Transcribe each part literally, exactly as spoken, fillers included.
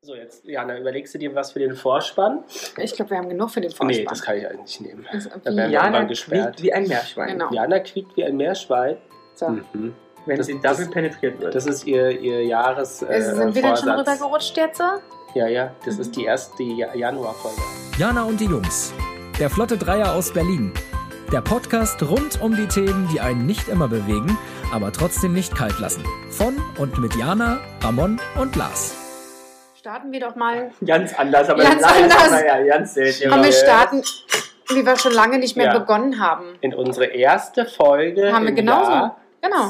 So, jetzt, Jana, überlegst du dir was für den Vorspann? Ich glaube, wir haben genug für den Vorspann. Nee, das kann ich eigentlich nicht nehmen. Also, Da werden wir Jana irgendwann gesperrt. quiekt wie ein Meerschwein. Genau. Jana quiekt wie ein Meerschwein. So. Mhm. Wenn Das- sie das- double penetriert wird. Das ist ihr, ihr Jahres äh, Sind wir denn schon Vorsatz. rübergerutscht jetzt? Ja, ja, das ist die erste Ja- Januarfolge. Jana und die Jungs. Der Flotte Dreier aus Berlin. Der Podcast rund um die Themen, die einen nicht immer bewegen, aber trotzdem nicht kalt lassen. Von und mit Jana, Ramon und Lars. Starten wir doch mal. Ganz anders, aber Ganz das ist anders. aber ja ganz selten. Komm, wir Yes. starten, wie wir schon lange nicht mehr Ja. begonnen haben. In unsere erste Folge Haben wir im genauso. Jahr Genau.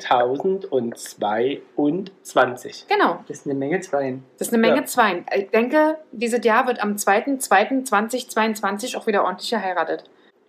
zweitausendzweiundzwanzig. Genau. Das ist eine Menge Zweien. Das ist eine Menge Ja. Zweien. Ich denke, dieses Jahr wird am zweiten zweiten zweitausendzweiundzwanzig auch wieder ordentlich geheiratet.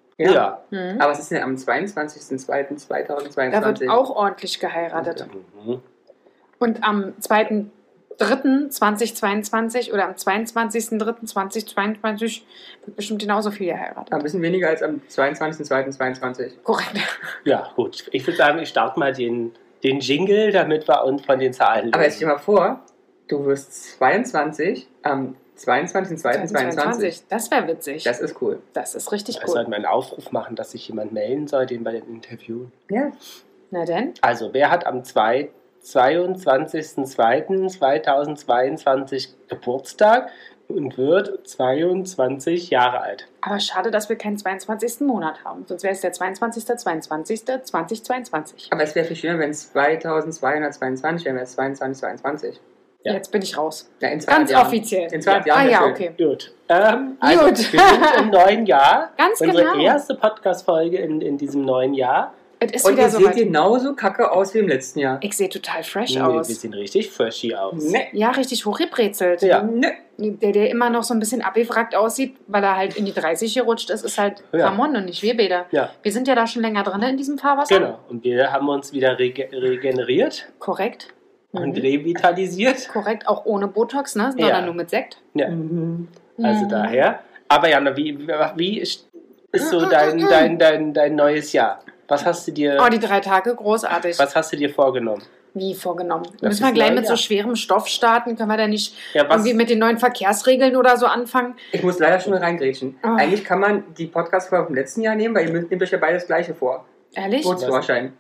Ja. Mhm. Aber was ist denn am zweiundzwanzigsten zweiten Da zweitausendzweiundzwanzig? wird auch ordentlich geheiratet. Mhm. Und am zweiten dritten zweitausendzweiundzwanzig oder am zweiundzwanzigsten dritten zweitausendzweiundzwanzig wird bestimmt genauso viel geheiratet. Ein bisschen weniger als am zweiundzwanzigsten zweiten zweitausendzweiundzwanzig. Korrekt. Ja, gut. Ich würde sagen, ich starte mal den, den Jingle, damit wir uns von den Zahlen Aber jetzt stell lösen. dir mal vor, du wirst zweiundzwanzig am zweiundzwanzigsten zweiten zweitausendzweiundzwanzig. Das wäre witzig. Das ist cool. Das ist richtig Ich cool. sollte mal einen Aufruf machen, dass sich jemand melden soll, den bei den Interviewen. Ja. Na denn? Also, wer hat am zwei- zweiundzwanzigsten zweiten zweitausendzweiundzwanzig Geburtstag und wird zweiundzwanzig Jahre alt? Aber schade, dass wir keinen zweiundzwanzigsten Monat haben. Sonst wäre es der zweiundzwanzigste zweiundzwanzigste zweitausendzweiundzwanzig. Aber es wäre viel schöner, wenn es zweitausendzweihundertzweiundzwanzig wäre, es zweiundzwanzig zweiundzwanzig. Ja. Jetzt bin ich raus. Ja, in zweihundert Ganz Jahren. offiziell. In zweihundert Ja. Jahren. Ah ja, wäre okay. Gut. Ähm, also, Gut. wir sind im neuen Jahr. Ganz Unsere genau. erste Podcast-Folge in, in diesem neuen Jahr. Es ist Und wieder ihr so seht weit. genauso kacke aus wie im letzten Jahr. Ich sehe total fresh Nee, aus. wir sehen richtig freshy aus. Ne. Ja, richtig hochgebrezelt. Ja. Ne. Der, der immer noch so ein bisschen abgefragt aussieht, weil er halt in die dreißig gerutscht ist, ist halt Ja. Ramon und nicht wir beide. Ja, Wir sind ja da schon länger drin in diesem Fahrwasser. genau. Und wir haben uns wieder rege regeneriert Korrekt. und Mhm. revitalisiert. Korrekt, auch ohne Botox, ne? sondern Ja. nur mit Sekt. Ja, Mhm. also Mhm. daher. Aber Jana, wie, wie ist ist so dein, dein, dein, dein neues Jahr? Was hast du dir, Oh, die drei Tage, großartig. was hast du dir vorgenommen? Wie vorgenommen. Das Müssen wir ist gleich neu, mit ja. so schwerem Stoff starten? Können wir da nicht Ja, was, irgendwie mit den neuen Verkehrsregeln oder so anfangen? Ich muss leider schon reingrätschen. Oh. Eigentlich kann man die Podcast-Folge vom letzten Jahr nehmen, weil ihr nehmt euch ja beide das gleiche vor. Ehrlich? Bootsführerschein.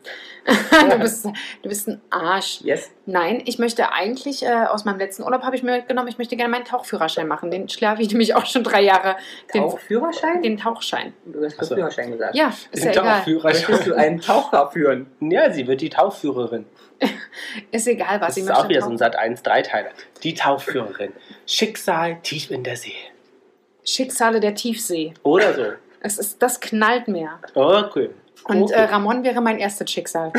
du, bist, du bist ein Arsch. Yes. Nein, ich möchte eigentlich, äh, aus meinem letzten Urlaub habe ich mir mitgenommen, ich möchte gerne meinen Tauchführerschein machen. Den schlafe ich nämlich auch schon drei Jahre. Den, Tauchführerschein? den Tauchschein. Du hast Ach so. Führerschein gesagt. Ja, ist ja Den egal. Tauchführerschein. Möchtest du einen Taucher führen? Ja, sie wird die Tauchführerin. Ist egal, was Das ich ist möchte. auch wieder so ein tauchen. Sat eins Dreiteiler. Die Tauchführerin. Schicksal tief in der See. Schicksale der Tiefsee. Oder so. Es ist, das knallt mehr. Okay. Und okay. äh, Ramon wäre mein erstes Schicksal.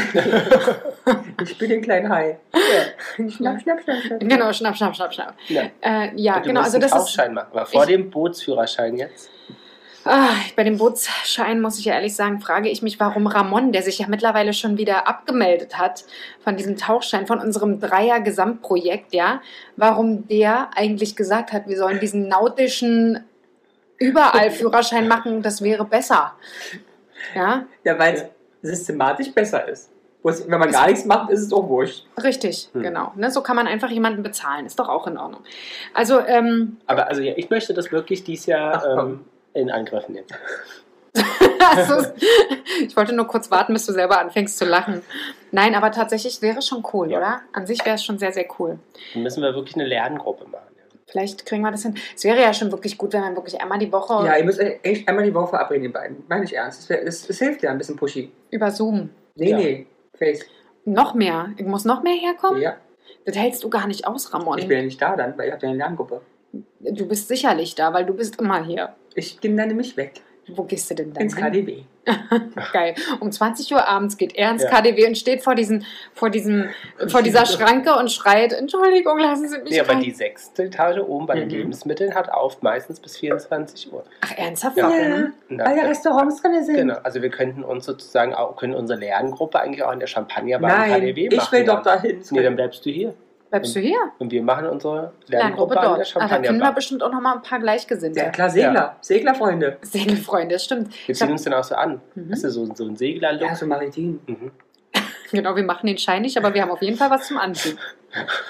Ich spiele den kleinen Hai. Ja. Schnapp, schnapp, schnapp, schnapp. Genau, schnapp, schnapp, schnapp, schnapp. Ja. Äh, ja, Und du genau. musst Also einen das ist, Tauchschein machen. Aber vor ich- dem Bootsführerschein jetzt? ah, bei dem Bootsschein muss ich ja ehrlich sagen, frage ich mich, warum Ramon, der sich ja mittlerweile schon wieder abgemeldet hat von diesem Tauchschein, von unserem Dreier-Gesamtprojekt, ja, warum der eigentlich gesagt hat, wir sollen diesen nautischen Überall-Führerschein machen, das wäre besser. Ja, Ja, weil es systematisch besser ist. Bloß, wenn man gar nichts macht, ist es auch wurscht. richtig, Hm. genau. Ne, so kann man einfach jemanden bezahlen, ist doch auch in Ordnung. Also, ähm, Aber also ja, ich möchte das wirklich dieses Jahr Ach, komm. ähm, in Angriff nehmen. also, ich wollte nur kurz warten, bis du selber anfängst zu lachen. Nein, aber tatsächlich wäre es schon cool, Ja. oder? An sich wäre es schon sehr, sehr cool. Dann müssen wir wirklich eine Lerngruppe machen. Vielleicht kriegen wir das hin. Es wäre ja schon wirklich gut, wenn man wirklich einmal die Woche Ja, ihr müsst euch echt einmal die Woche verabreden, die beiden. Meine ich ernst. Es, wär- es, es hilft ja ein bisschen pushy. über Zoom. Nee, Ja. nee. Face. Noch mehr. Ich muss noch mehr herkommen? Ja. Das hältst du gar nicht aus, Ramon. Ich bin ja nicht da dann, weil ihr habt ja eine Lerngruppe. Du bist sicherlich da, weil du bist immer hier. Ich gehe dann nämlich weg. Wo gehst du denn dann Ins hin? K D W. Geil. Um zwanzig Uhr abends geht er ins Ja. K D W und steht vor, diesen, vor, diesem, vor dieser Schranke und schreit, Entschuldigung, lassen Sie mich Nee, aber rein. die sechste Etage oben bei den Mhm. Lebensmitteln hat auf meistens bis vierundzwanzig Uhr. Ach, ernsthaft? Ja. Warum? Na, Weil ja Restaurants drin sind. genau, also wir könnten uns sozusagen auch, können unsere Lerngruppe eigentlich auch in der Champagnerbar im Nein, K D W machen. ich will doch dahin. Nee, dann bleibst du hier. Bleibst du hier? Und wir machen unsere Lerngruppe Lerngruppe an der dort. Ah, da finden wir Champagnerbar. bestimmt auch noch mal ein paar Gleichgesinnte. Ja, klar, Segler. Seglerfreunde. Segelfreunde, das stimmt. Wir Ich ziehen hab, uns dann auch so an. Mhm. Weißt du, so, so ein Segler-Look. Ja, so maritim. Mhm. genau, wir machen den Schein nicht, aber wir haben auf jeden Fall was zum Anziehen.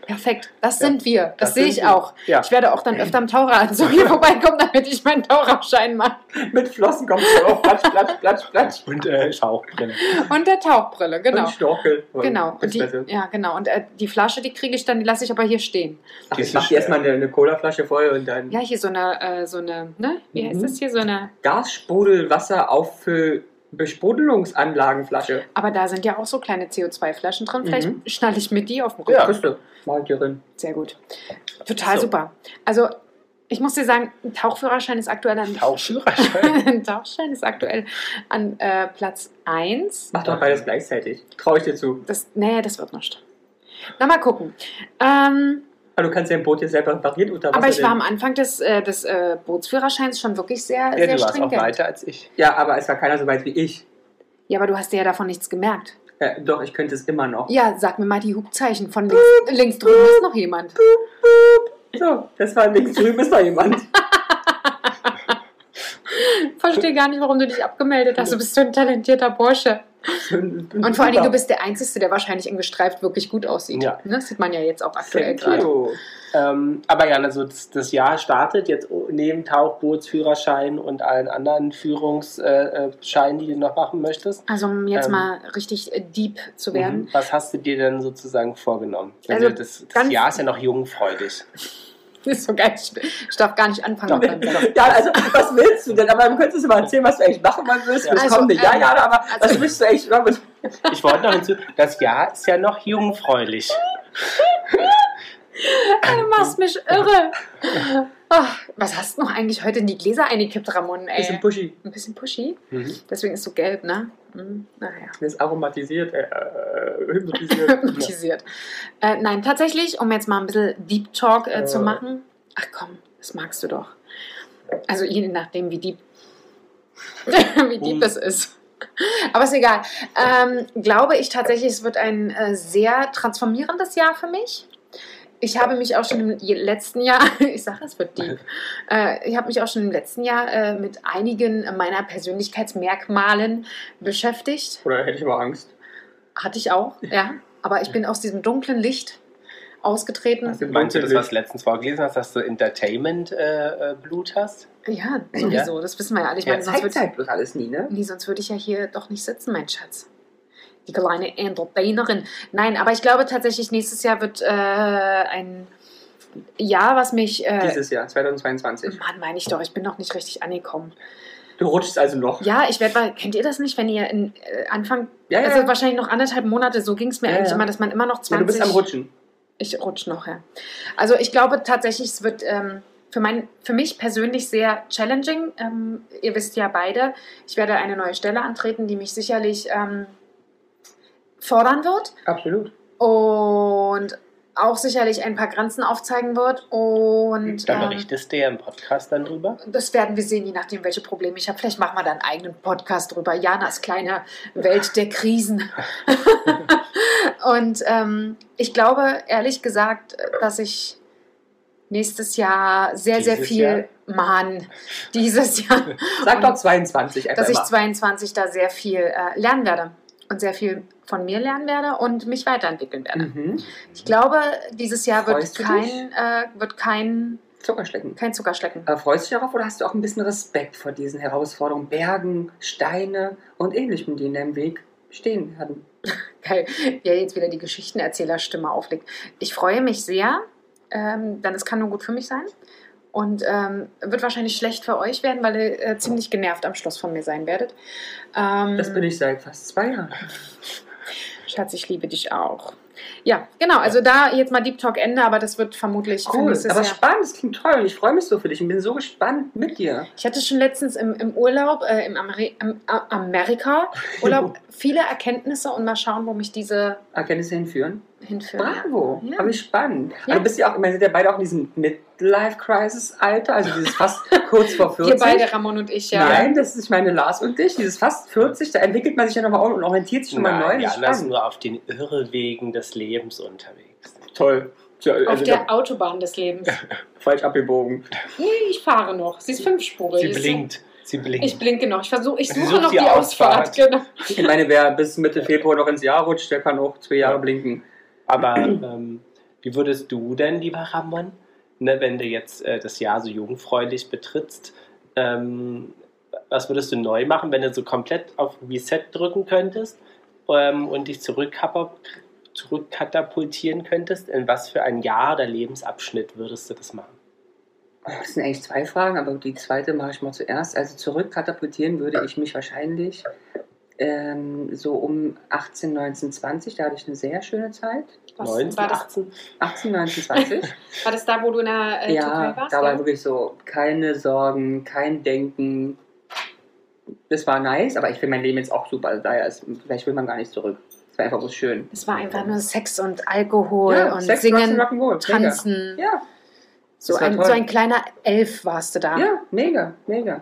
Perfekt, das Ja, sind wir. Das, das sehe sind ich wir. auch. Ja. Ich werde auch dann öfter am Taucheranzug hier vorbeikommen, damit ich meinen Taucherschein mache. Mit Flossen kommst du auf. Platsch, platsch, platsch, platsch. Und äh, Schauchbrille. Und der Tauchbrille, genau. Und Schnorkel. Genau. Und die, Expresse. ja, genau. Und äh, die Flasche, die kriege ich dann, die lasse ich aber hier stehen. Ach, Die ich ist mach so dir erstmal schwer. eine, eine Colaflasche voll und dann Ja, hier so eine, äh, so eine, ne? Wie heißt Mhm. das hier? So eine. Gassprudel, Wasser, Auffüll, Besprudelungsanlagenflasche. Aber da sind ja auch so kleine C O zwei Flaschen drin. Vielleicht Mhm. schnalle ich mir die auf den Rücken. Ja. Kriegst du. Mal hier drin. Sehr gut. Total So. super. Also, ich muss dir sagen, ein Tauchführerschein ist aktuell an. Tauchführerschein. Ein Tauchschein ist aktuell an äh, Platz eins. Mach doch beides gleichzeitig. Trau ich dir zu. Das, nee, das wird nicht. Na, mal gucken. Ähm, Aber du kannst dein Boot jetzt selber reparieren unter Wasser. aber ich war am denn- Anfang des, äh, des äh, Bootsführerscheins schon wirklich sehr, Ja, sehr du warst auch stringent. weiter als ich. Ja, aber es war keiner so weit wie ich. Ja, aber du hast dir ja davon nichts gemerkt. Äh, doch, ich könnte es immer noch. Ja, sag mir mal die Hubzeichen. Von links, links drüben ist noch jemand. So, das war links drüben ist noch jemand. Verstehe gar nicht, warum du dich abgemeldet hast. Du bist so ein talentierter Bursche. Und vor allen Dingen, du bist der Einzige, der wahrscheinlich in gestreift wirklich gut aussieht. Ja. Ne? Das sieht man ja jetzt auch aktuell Thank gerade. you. Ähm, aber ja, also das, das Jahr startet jetzt neben Tauchbootsführerschein und allen anderen Führungsscheinen, die du noch machen möchtest. Also um jetzt Ähm, mal richtig äh, deep zu werden. Mhm. Was hast du dir denn sozusagen vorgenommen? Wenn Also du das das ganz- Jahr ist ja noch jungfreudig. Das ist so geil. Ich darf gar nicht anfangen. Doch. mit meinem Satz. Ja, also, was willst du denn? Aber du könntest mal erzählen, was du eigentlich machen willst. Ja. Das Also, kommende Jahr, ähm, ja, aber also- was willst du eigentlich machen? Ich wollte noch hinzu, das Jahr ist ja noch jungfräulich. Du machst mich irre. Ach, was hast du noch eigentlich heute in die Gläser eingekippt, Ramon? Ey? Bisschen pushy. Ein bisschen pushy. Mhm. Deswegen ist so gelb, ne? Hm, naja. Das ist aromatisiert, äh, äh, hypnotisiert. Hypnotisiert. Äh, nein, tatsächlich, um jetzt mal ein bisschen Deep Talk äh, zu Äh. machen. Ach komm, das magst du doch. Also je nachdem, wie deep, wie deep Mhm. es ist. Aber ist egal. Ähm, glaube ich tatsächlich, es wird ein äh, sehr transformierendes Jahr für mich. Ich habe mich auch schon im je- letzten Jahr, ich sage, es wird deep, äh, ich habe mich auch schon im letzten Jahr äh, mit einigen meiner Persönlichkeitsmerkmalen beschäftigt. Oder hätte ich aber Angst. Hatte ich auch, ja. Aber ich bin aus diesem dunklen Licht ausgetreten. Hast du Meinst du das, was du Dunkellicht? letztens vorgelesen hast, dass du Entertainment-Blut hast? Ja, sowieso, das wissen wir ja alle. Ich Ja, meine, sonst zeigt würde halt bloß alles nie, ne? nee, sonst würde ich ja hier doch nicht sitzen, mein Schatz. Die kleine Entertainerin. Nein, aber ich glaube tatsächlich, nächstes Jahr wird äh, ein Jahr, was mich... Äh, Dieses Jahr, zweitausendzweiundzwanzig. Mann, meine ich doch, ich bin noch nicht richtig angekommen. Du rutschst also noch. Ja, ich werde mal, kennt ihr das nicht, wenn ihr in, äh, Anfang, Ja, ja, also ja. wahrscheinlich noch anderthalb Monate, so ging es mir Ja, eigentlich ja. immer, dass man immer noch Ja, zwanzig... du bist am Rutschen. Ich rutsche noch, ja. Also ich glaube tatsächlich, es wird ähm, für, mein, für mich persönlich sehr challenging. Ähm, ihr wisst ja beide, ich werde eine neue Stelle antreten, die mich sicherlich ähm, fordern wird Absolut. und auch sicherlich ein paar Grenzen aufzeigen wird. Und Da ähm, berichtest du ja im Podcast dann drüber. das werden wir sehen, je nachdem, welche Probleme ich habe. Vielleicht machen wir da einen eigenen Podcast drüber. Janas kleine Welt der Krisen. Und ähm, ich glaube, ehrlich gesagt, dass ich nächstes Jahr sehr, sehr Dieses viel, Jahr? Mann, dieses Jahr, Sag Und doch zweiundzwanzig einfach dass ich mal. zweiundzwanzig da sehr viel äh, lernen werde und sehr viel von mir lernen werde und mich weiterentwickeln werde. Mhm. Ich glaube, dieses Jahr wird Freust du kein, dich? äh, wird kein, Zuckerschlecken. kein Zuckerschlecken. Aber freust du dich darauf oder hast du auch ein bisschen Respekt vor diesen Herausforderungen? Bergen, Steine und Ähnlichem, die in deinem Weg stehen werden. Geil, ja, jetzt wieder die Geschichtenerzählerstimme auflegt. Ich freue mich sehr, ähm, denn es kann nur gut für mich sein. Und ähm, wird wahrscheinlich schlecht für euch werden, weil ihr äh, ziemlich genervt am Schluss von mir sein werdet. Ähm, Das bin ich seit fast zwei Jahren. Schatz, ich liebe dich auch. Ja, genau, also da jetzt mal Deep Talk Ende, aber das wird vermutlich für Cool, nächstes aber Jahr. spannend, das klingt toll und ich freue mich so für dich und bin so gespannt mit dir. Ich hatte schon letztens im, im Urlaub, äh, im, Ameri im A- Amerika-Urlaub, viele Erkenntnisse und mal schauen, wo mich diese Erkenntnisse hinführen. hinführen. Bravo, Ja. aber wie spannend. Ja. Aber du bist ja auch, ich meine, sind ja beide auch in diesem Midlife-Crisis-Alter, also dieses fast kurz vor Wir vierzig. beide, Ramon und ich, ja. Nein, das ist, ich meine, Lars und dich, dieses fast vierzig, da entwickelt man sich ja nochmal und orientiert sich schon mal neu. Nein, Das ist Jana ist spannend. nur auf den Irrwegen des Lebens unterwegs. Toll. Ja, Auf also der Autobahn des Lebens. falsch abgebogen. Nee, ich fahre noch. Sie ist fünfspurig. Sie blinkt. Sie blinkt. Ich blinke noch. Ich versuche, ich Sie suche sucht noch die die Ausfahrt. Ausfahrt. Genau. Ich meine, wer bis Mitte Februar noch ins Jahr rutscht, der kann auch zwei Jahre blinken. Aber ähm, Wie würdest du denn, lieber Ramon, ne, wenn du jetzt äh, das Jahr so jungfräulich betrittst, ähm, was würdest du neu machen, wenn du so komplett auf Reset drücken könntest ähm, und dich zurückkap- zurückkatapultieren könntest? In was für ein Jahr oder Lebensabschnitt würdest du das machen? Das sind eigentlich zwei Fragen, aber die zweite mache ich mal zuerst. Also zurückkatapultieren würde ich mich wahrscheinlich ähm, so um achtzehn, neunzehn, zwanzig. Da hatte ich eine sehr schöne Zeit. Was, neunzehn, war, das, achtzehn? achtzehn, neunzehn, zwanzig. war das da, wo du in der äh, Ja, Türkei warst? da war ja? wirklich so keine Sorgen, kein Denken. Das war nice, aber ich finde mein Leben jetzt auch super. Also daher ist, vielleicht will man gar nicht zurück. Es war einfach bloß schön. Es war einfach nur Sex und Alkohol Ja, und Sex, Singen, Rock'n'Roll, Tanzen. Mega. Ja, So das war ein, toll. so ein kleiner Elf warst du da. ja, mega, mega.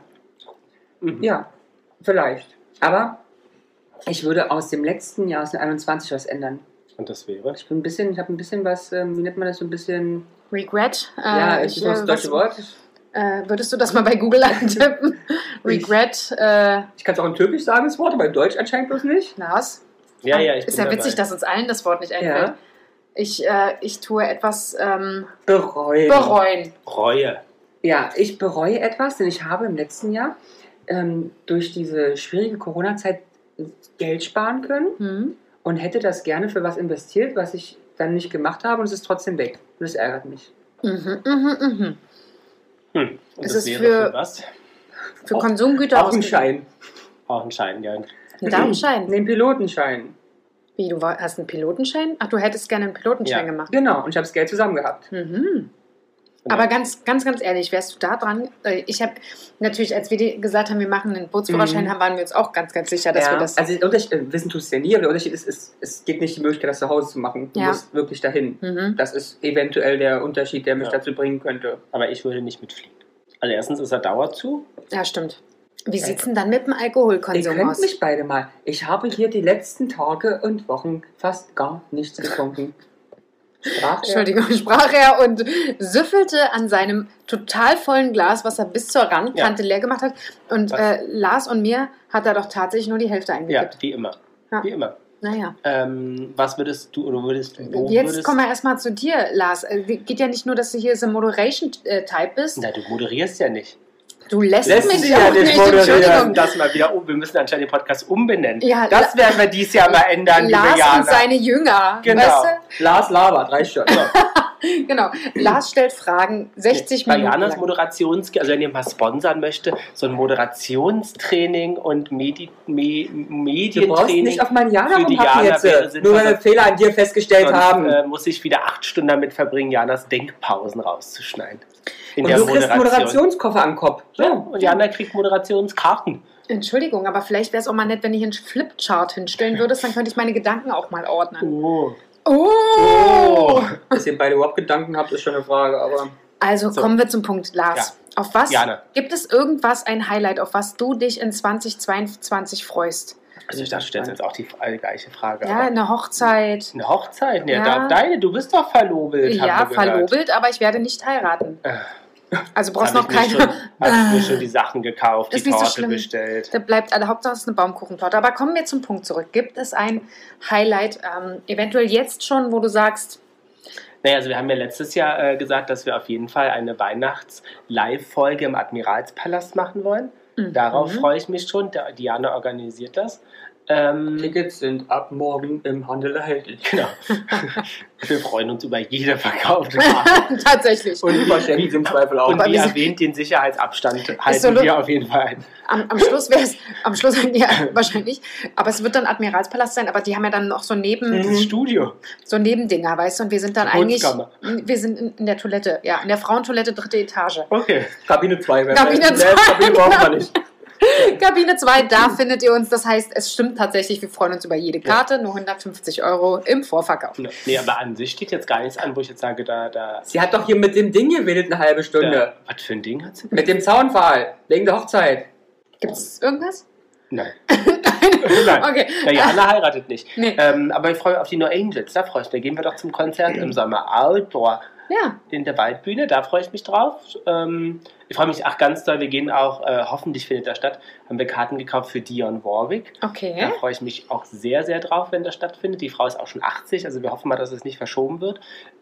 Mhm. Ja, vielleicht. Aber ich würde aus dem letzten Jahr, aus dem einundzwanzig, was ändern. Und das wäre? Ich bin ein bisschen, ich habe ein bisschen was, ähm, wie nennt man das, so ein bisschen, Regret. Äh, ja, ich, ist das äh, deutsche was- Wort? Äh, würdest du das mal bei Google eintippen? Regret. Äh, Ich kann es auch in Türkisch sagen, das Wort, aber in Deutsch anscheinend bloß nicht. Lars? Ja, ja, ich Ist bin ja witzig, dabei. dass uns allen das Wort nicht einfällt. Ja. Ich, äh, ich tue etwas ähm, Bereuen. bereuen. Reue. Ja, ich bereue etwas, denn ich habe im letzten Jahr ähm, durch diese schwierige Corona-Zeit Geld sparen können Hm? und hätte das gerne für was investiert, was ich dann nicht gemacht habe und es ist trotzdem weg. Und das ärgert mich. Mhm, mhm, mhm. Hm. Und Es das ist wäre für- für was? Für Auch- Konsumgüter Auch ein ausgegeben. Schein. Auch ein Schein, ja. Ein Darmschein. Den Pilotenschein. Wie, du war- hast einen Pilotenschein? Ach, du hättest gerne einen Pilotenschein Ja. gemacht. Genau, und ich habe das Geld zusammen gehabt. Mhm. Aber ganz, ganz, ganz ehrlich, wärst du da dran? Äh, Ich habe natürlich, als wir die gesagt haben, wir machen einen Bootsführerschein, Mhm. haben, waren wir uns auch ganz, ganz sicher, dass Ja, wir das. also der Unterschied, äh, wissen tust du ja nie, aber der Unterschied ist, ist, es gibt nicht die Möglichkeit, das zu Hause zu machen. Du Ja. musst wirklich dahin. Mhm. Das ist eventuell der Unterschied, der mich Ja. dazu bringen könnte. Aber ich würde nicht mitfliegen. Also erstens ist er Dauerzu. Ja, stimmt. Wie sieht es denn dann mit dem Ihr Alkoholkonsum könnt aus? mich beide mal. Ich habe hier die letzten Tage und Wochen fast gar nichts getrunken. Sprach er? Entschuldigung, sprach er und süffelte an seinem total vollen Glas, was er bis zur Randkante leer gemacht hat. Und Was? äh, Lars und mir hat er doch tatsächlich nur die Hälfte Ja, eingekippt. wie immer. Ja. Wie immer. Naja. Ähm, was würdest du oder würdest wo Jetzt würdest, kommen wir erstmal zu dir, Lars. Äh, Geht ja nicht nur, dass du hier so Moderation-Type bist. Na, du moderierst ja nicht. Du lässt, Lässt mich sie ja ja auch nicht nicht. moderieren. Entschuldigung. Das mal wieder um. Wir müssen anscheinend den Podcast umbenennen. Ja, das La- werden wir dieses Jahr mal ändern, liebe Lars Jana. und seine Jünger. Genau. Weißt Lars labert, reicht schon. du? Genau. Lars stellt Fragen, sechzig Bei Minuten Janas lang. Moderations, also wenn ihr mal sponsern möchte, so ein Moderationstraining und Medi Me Du brauchst Medientraining. nicht auf meinen Jana für die rumhacken Jana jetzt. wäre sinnvoll, Nur weil wir Fehler an dir festgestellt Sonst haben. äh, muss ich wieder acht Stunden damit verbringen, Janas Denkpausen rauszuschneiden. In Und der du kriegst einen Moderation. Moderationskoffer am Kopf. Ja, und Jana kriegt Moderationskarten. Entschuldigung, aber vielleicht wäre es auch mal nett, wenn ich einen Flipchart hinstellen würdest, dann könnte ich meine Gedanken auch mal ordnen. Oh. Oh! Oh. Dass ihr beide überhaupt Gedanken habt, ist schon eine Frage, aber Also So. kommen wir zum Punkt, Lars. Auf was Jana. gibt es irgendwas, ein Highlight, auf was du dich in zwanzig zweiundzwanzig freust? Also ich dachte, du stellst jetzt auch die äh, gleiche Frage. Ja, aber eine Hochzeit. eine Hochzeit? Ne, Ja. da, deine, du bist doch verlobelt. Ja, haben wir gehört. verlobelt, aber ich werde nicht heiraten. Äh, Also brauchst noch Hab ich mir keine. schon, hab ich mir schon die Sachen gekauft, Ist die nicht so Torte schlimm. bestellt. Da bleibt alle Hauptsache es ist eine Baumkuchentorte. Aber kommen wir zum Punkt zurück. Gibt es ein Highlight, ähm, eventuell jetzt schon, wo du sagst, Naja, also wir haben ja letztes Jahr äh, gesagt, dass wir auf jeden Fall eine Weihnachts-Live-Folge im Admiralspalast machen wollen. mhm. Darauf freue ich mich schon. Der, Diana organisiert das. Ähm, Tickets sind ab morgen im Handel erhältlich. genau. Wir freuen uns über jede verkaufte Karte. Tatsächlich. Und überschenken sie im Zweifel auch. Und Aber wie wir sind- erwähnt, den Sicherheitsabstand so halten lu- wir auf jeden Fall ein. Am, am Schluss wäre es, am Schluss, ja, wahrscheinlich. Aber es wird dann Admiralspalast sein, aber die haben ja dann noch so neben, Mhm. Das Studio. so Nebendinger, weißt du, und wir sind dann Die eigentlich, Kunstkammer. wir sind in, in der Toilette, ja, in der Frauentoilette, dritte Etage. Okay. Kabine zwei. Kabine zwei, Kabine brauchen wir nicht. Kabine zwei, da findet ihr uns. Das heißt, es stimmt tatsächlich, wir freuen uns über jede Karte, nur hundertfünfzig Euro im Vorverkauf. Nee, aber an sich steht jetzt gar nichts an, wo ich jetzt sage, da, da, Sie hat doch hier mit dem Ding gewählt eine halbe Stunde. da was für ein Ding hat sie? Mit dem Zaunpfahl. Wegen der Hochzeit. Gibt es irgendwas? Nein. Nein. Okay. Na, Jana heiratet nicht. Nee. Ähm, aber ich freue mich auf die No Angels, da freue ich mich. Da gehen wir doch zum Konzert im Sommer. Outdoor Ja. in der Waldbühne, da freue ich mich drauf. Ähm, ich freue mich ach ganz doll, wir gehen auch, äh, hoffentlich findet das statt, haben wir Karten gekauft für Dionne Warwick. Da Okay. freue ich mich auch sehr, sehr drauf, wenn das stattfindet. Die Frau ist auch schon achtzig, also wir hoffen mal, dass es nicht verschoben wird.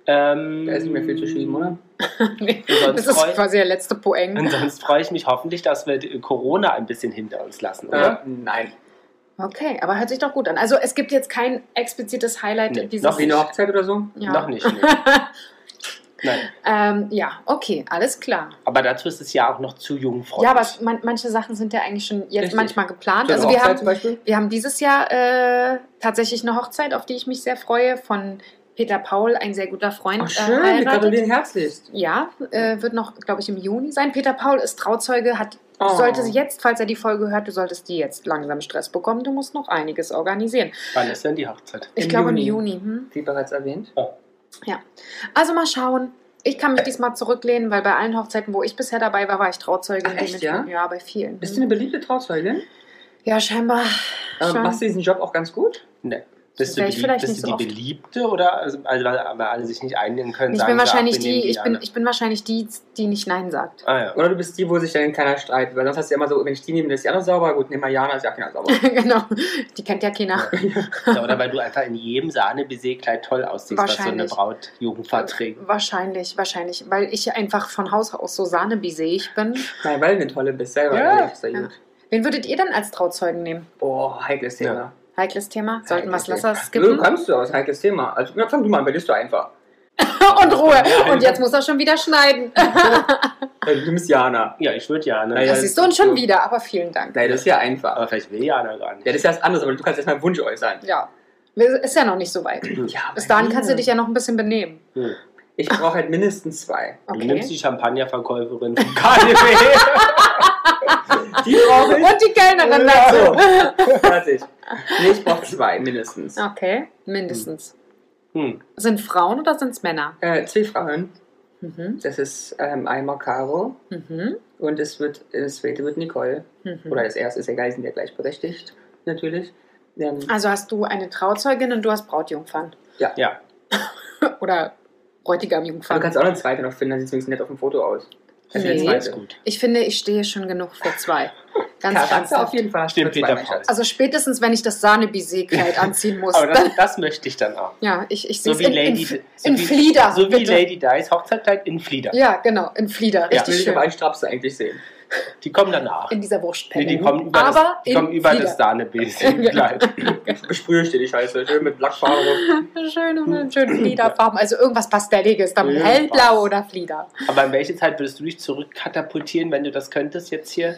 Ähm, Da ist nicht mehr viel zu schieben, oder? Nee, Sonst das ist freu- quasi der letzte Poeng. Und sonst freue ich mich hoffentlich, dass wir die Corona ein bisschen hinter uns lassen, oder? Äh, nein. Okay, aber hört sich doch gut an. Also es gibt jetzt kein explizites Highlight Nee, dieses... noch Wie eine Hochzeit oder so? Ja. Noch nicht. Nee. Nein. ähm, ja, okay, alles klar. Aber dazu ist es ja auch noch zu jungfräulich. Ja, aber man, manche Sachen sind ja eigentlich schon jetzt Richtig. manchmal geplant. So eine Also wir Hochzeit haben, zum Beispiel? wir haben dieses Jahr äh, tatsächlich eine Hochzeit, auf die ich mich sehr freue, von Peter Paul, ein sehr guter Freund. Ach äh, schön, wir heiratet. gratulieren herzlichst. Ja, äh, wird noch, glaube ich, im Juni sein. Peter Paul ist Trauzeuge, hat, Oh. du solltest jetzt, falls er die Folge hört, du solltest die jetzt langsam Stress bekommen. Du musst noch einiges organisieren. Wann ist denn die Hochzeit? Ich Im glaube im Juni. Juni. Hm? Wie bereits erwähnt. Ja. Also mal schauen. Ich kann mich diesmal zurücklehnen, weil bei allen Hochzeiten, wo ich bisher dabei war, war ich Trauzeugin. Ach, echt, Dementsprechend- ja? Ja, bei vielen. Bist du eine beliebte Trauzeugin? Ja, scheinbar. Ähm, schon. machst du diesen Job auch ganz gut? Nee. Bist du, Wär ich beliebt, vielleicht bist nicht du so die oft. Beliebte oder also, also weil, weil alle sich nicht einigen können? Ich sagen bin sie, ach, wahrscheinlich wir nehmen die, ich bin, Jana. ich bin wahrscheinlich die, die nicht Nein sagt. Ah ja. Oder du bist die, wo sich dann keiner streitet? Weil sonst hast du ja immer so, wenn ich die nehme, dann ist die andere sauber. Gut, nehmen wir Jana, ist ja keiner sauber. Genau. Die kennt ja keiner. Ja, oder weil du einfach in jedem Sahne-Baiser-Kleid toll aussiehst, was so eine Wahrscheinlich. Braut Jugendfahrt trägt. Wahrscheinlich, wahrscheinlich. Weil ich einfach von Haus aus so sahnebiseig bin. Nein, weil du eine tolle bist, selber. Ja. Ja. Ist ja Ja. gut. Wen würdet ihr denn als Trauzeugen nehmen? Oh, heikles Thema. Ja. Heikles Thema? Sollten wir es Heikles Lasser Thema. skippen? Du kannst du aus, heikles Thema. Also, ja, fang du mal an, überlegst du einfach. Und Ruhe. Und jetzt muss er schon wieder schneiden. Äh, Du bist Jana. Ja, ich würde Jana. Ja, Das siehst du uns schon wieder, aber vielen Dank. Nein, das ist ja einfach. Aber vielleicht will Jana gar nicht. Ja, das ist ja was anderes, aber du kannst jetzt mal einen Wunsch äußern. Ja. Ist ja noch nicht so weit. Ja, Bis bei dahin mir- kannst du dich ja noch ein bisschen benehmen. Hm. Ich brauche halt mindestens zwei. Du nimmst Okay. die Champagnerverkäuferin vom K D W. Die brauche ich. Und die Kellnerin Ja. dazu. Fertig. Nee, ich brauche zwei mindestens. Okay, mindestens. Hm. Sind Frauen oder sind es Männer? Äh, zwei Frauen. Mhm. Das ist ähm, einmal Caro Mhm. und es wird, das zweite wird Nicole. Mhm. Oder das erste ist egal, die sind ja gleichberechtigt, natürlich. Ähm, Also hast du eine Trauzeugin und du hast Brautjungfern. Ja. Oder aber du Bräutigamjungfern. kannst auch eine zweite noch finden, dann sieht es übrigens nett auf dem Foto aus. Das ist Nee. eine Alles zweite. gut. Ich finde, ich stehe schon genug für zwei. Ganz Charakter ernsthaft. auf jeden Fall. Stimmt, für zwei Peter Menschen. Paul. Also spätestens, wenn ich das Sahne-Baiser-Kleid anziehen muss. Aber das, dann, das möchte ich dann auch. ja, ich, ich sehe So es wie in, in, Lady, in, so in wie, Flieder. So wie bitte. Lady Di's Hochzeitkleid in Flieder. Ja, genau, in Flieder. Ja, Richtig will ich schön. aber einen Strapse eigentlich sehen. Die kommen danach. In dieser Nee, Wurstpelle. die kommen über Aber das, die in kommen über Flieder. das Sahne-Baiser-Kleid. Besprühe ich dir die Scheiße, schön mit Lackfarbe. Schöne, schöne Fliederfarben. Also irgendwas Pastelliges. Dann Irgendwas. hellblau oder Flieder. Aber in welche Zeit würdest du dich zurückkatapultieren, wenn du das könntest jetzt hier?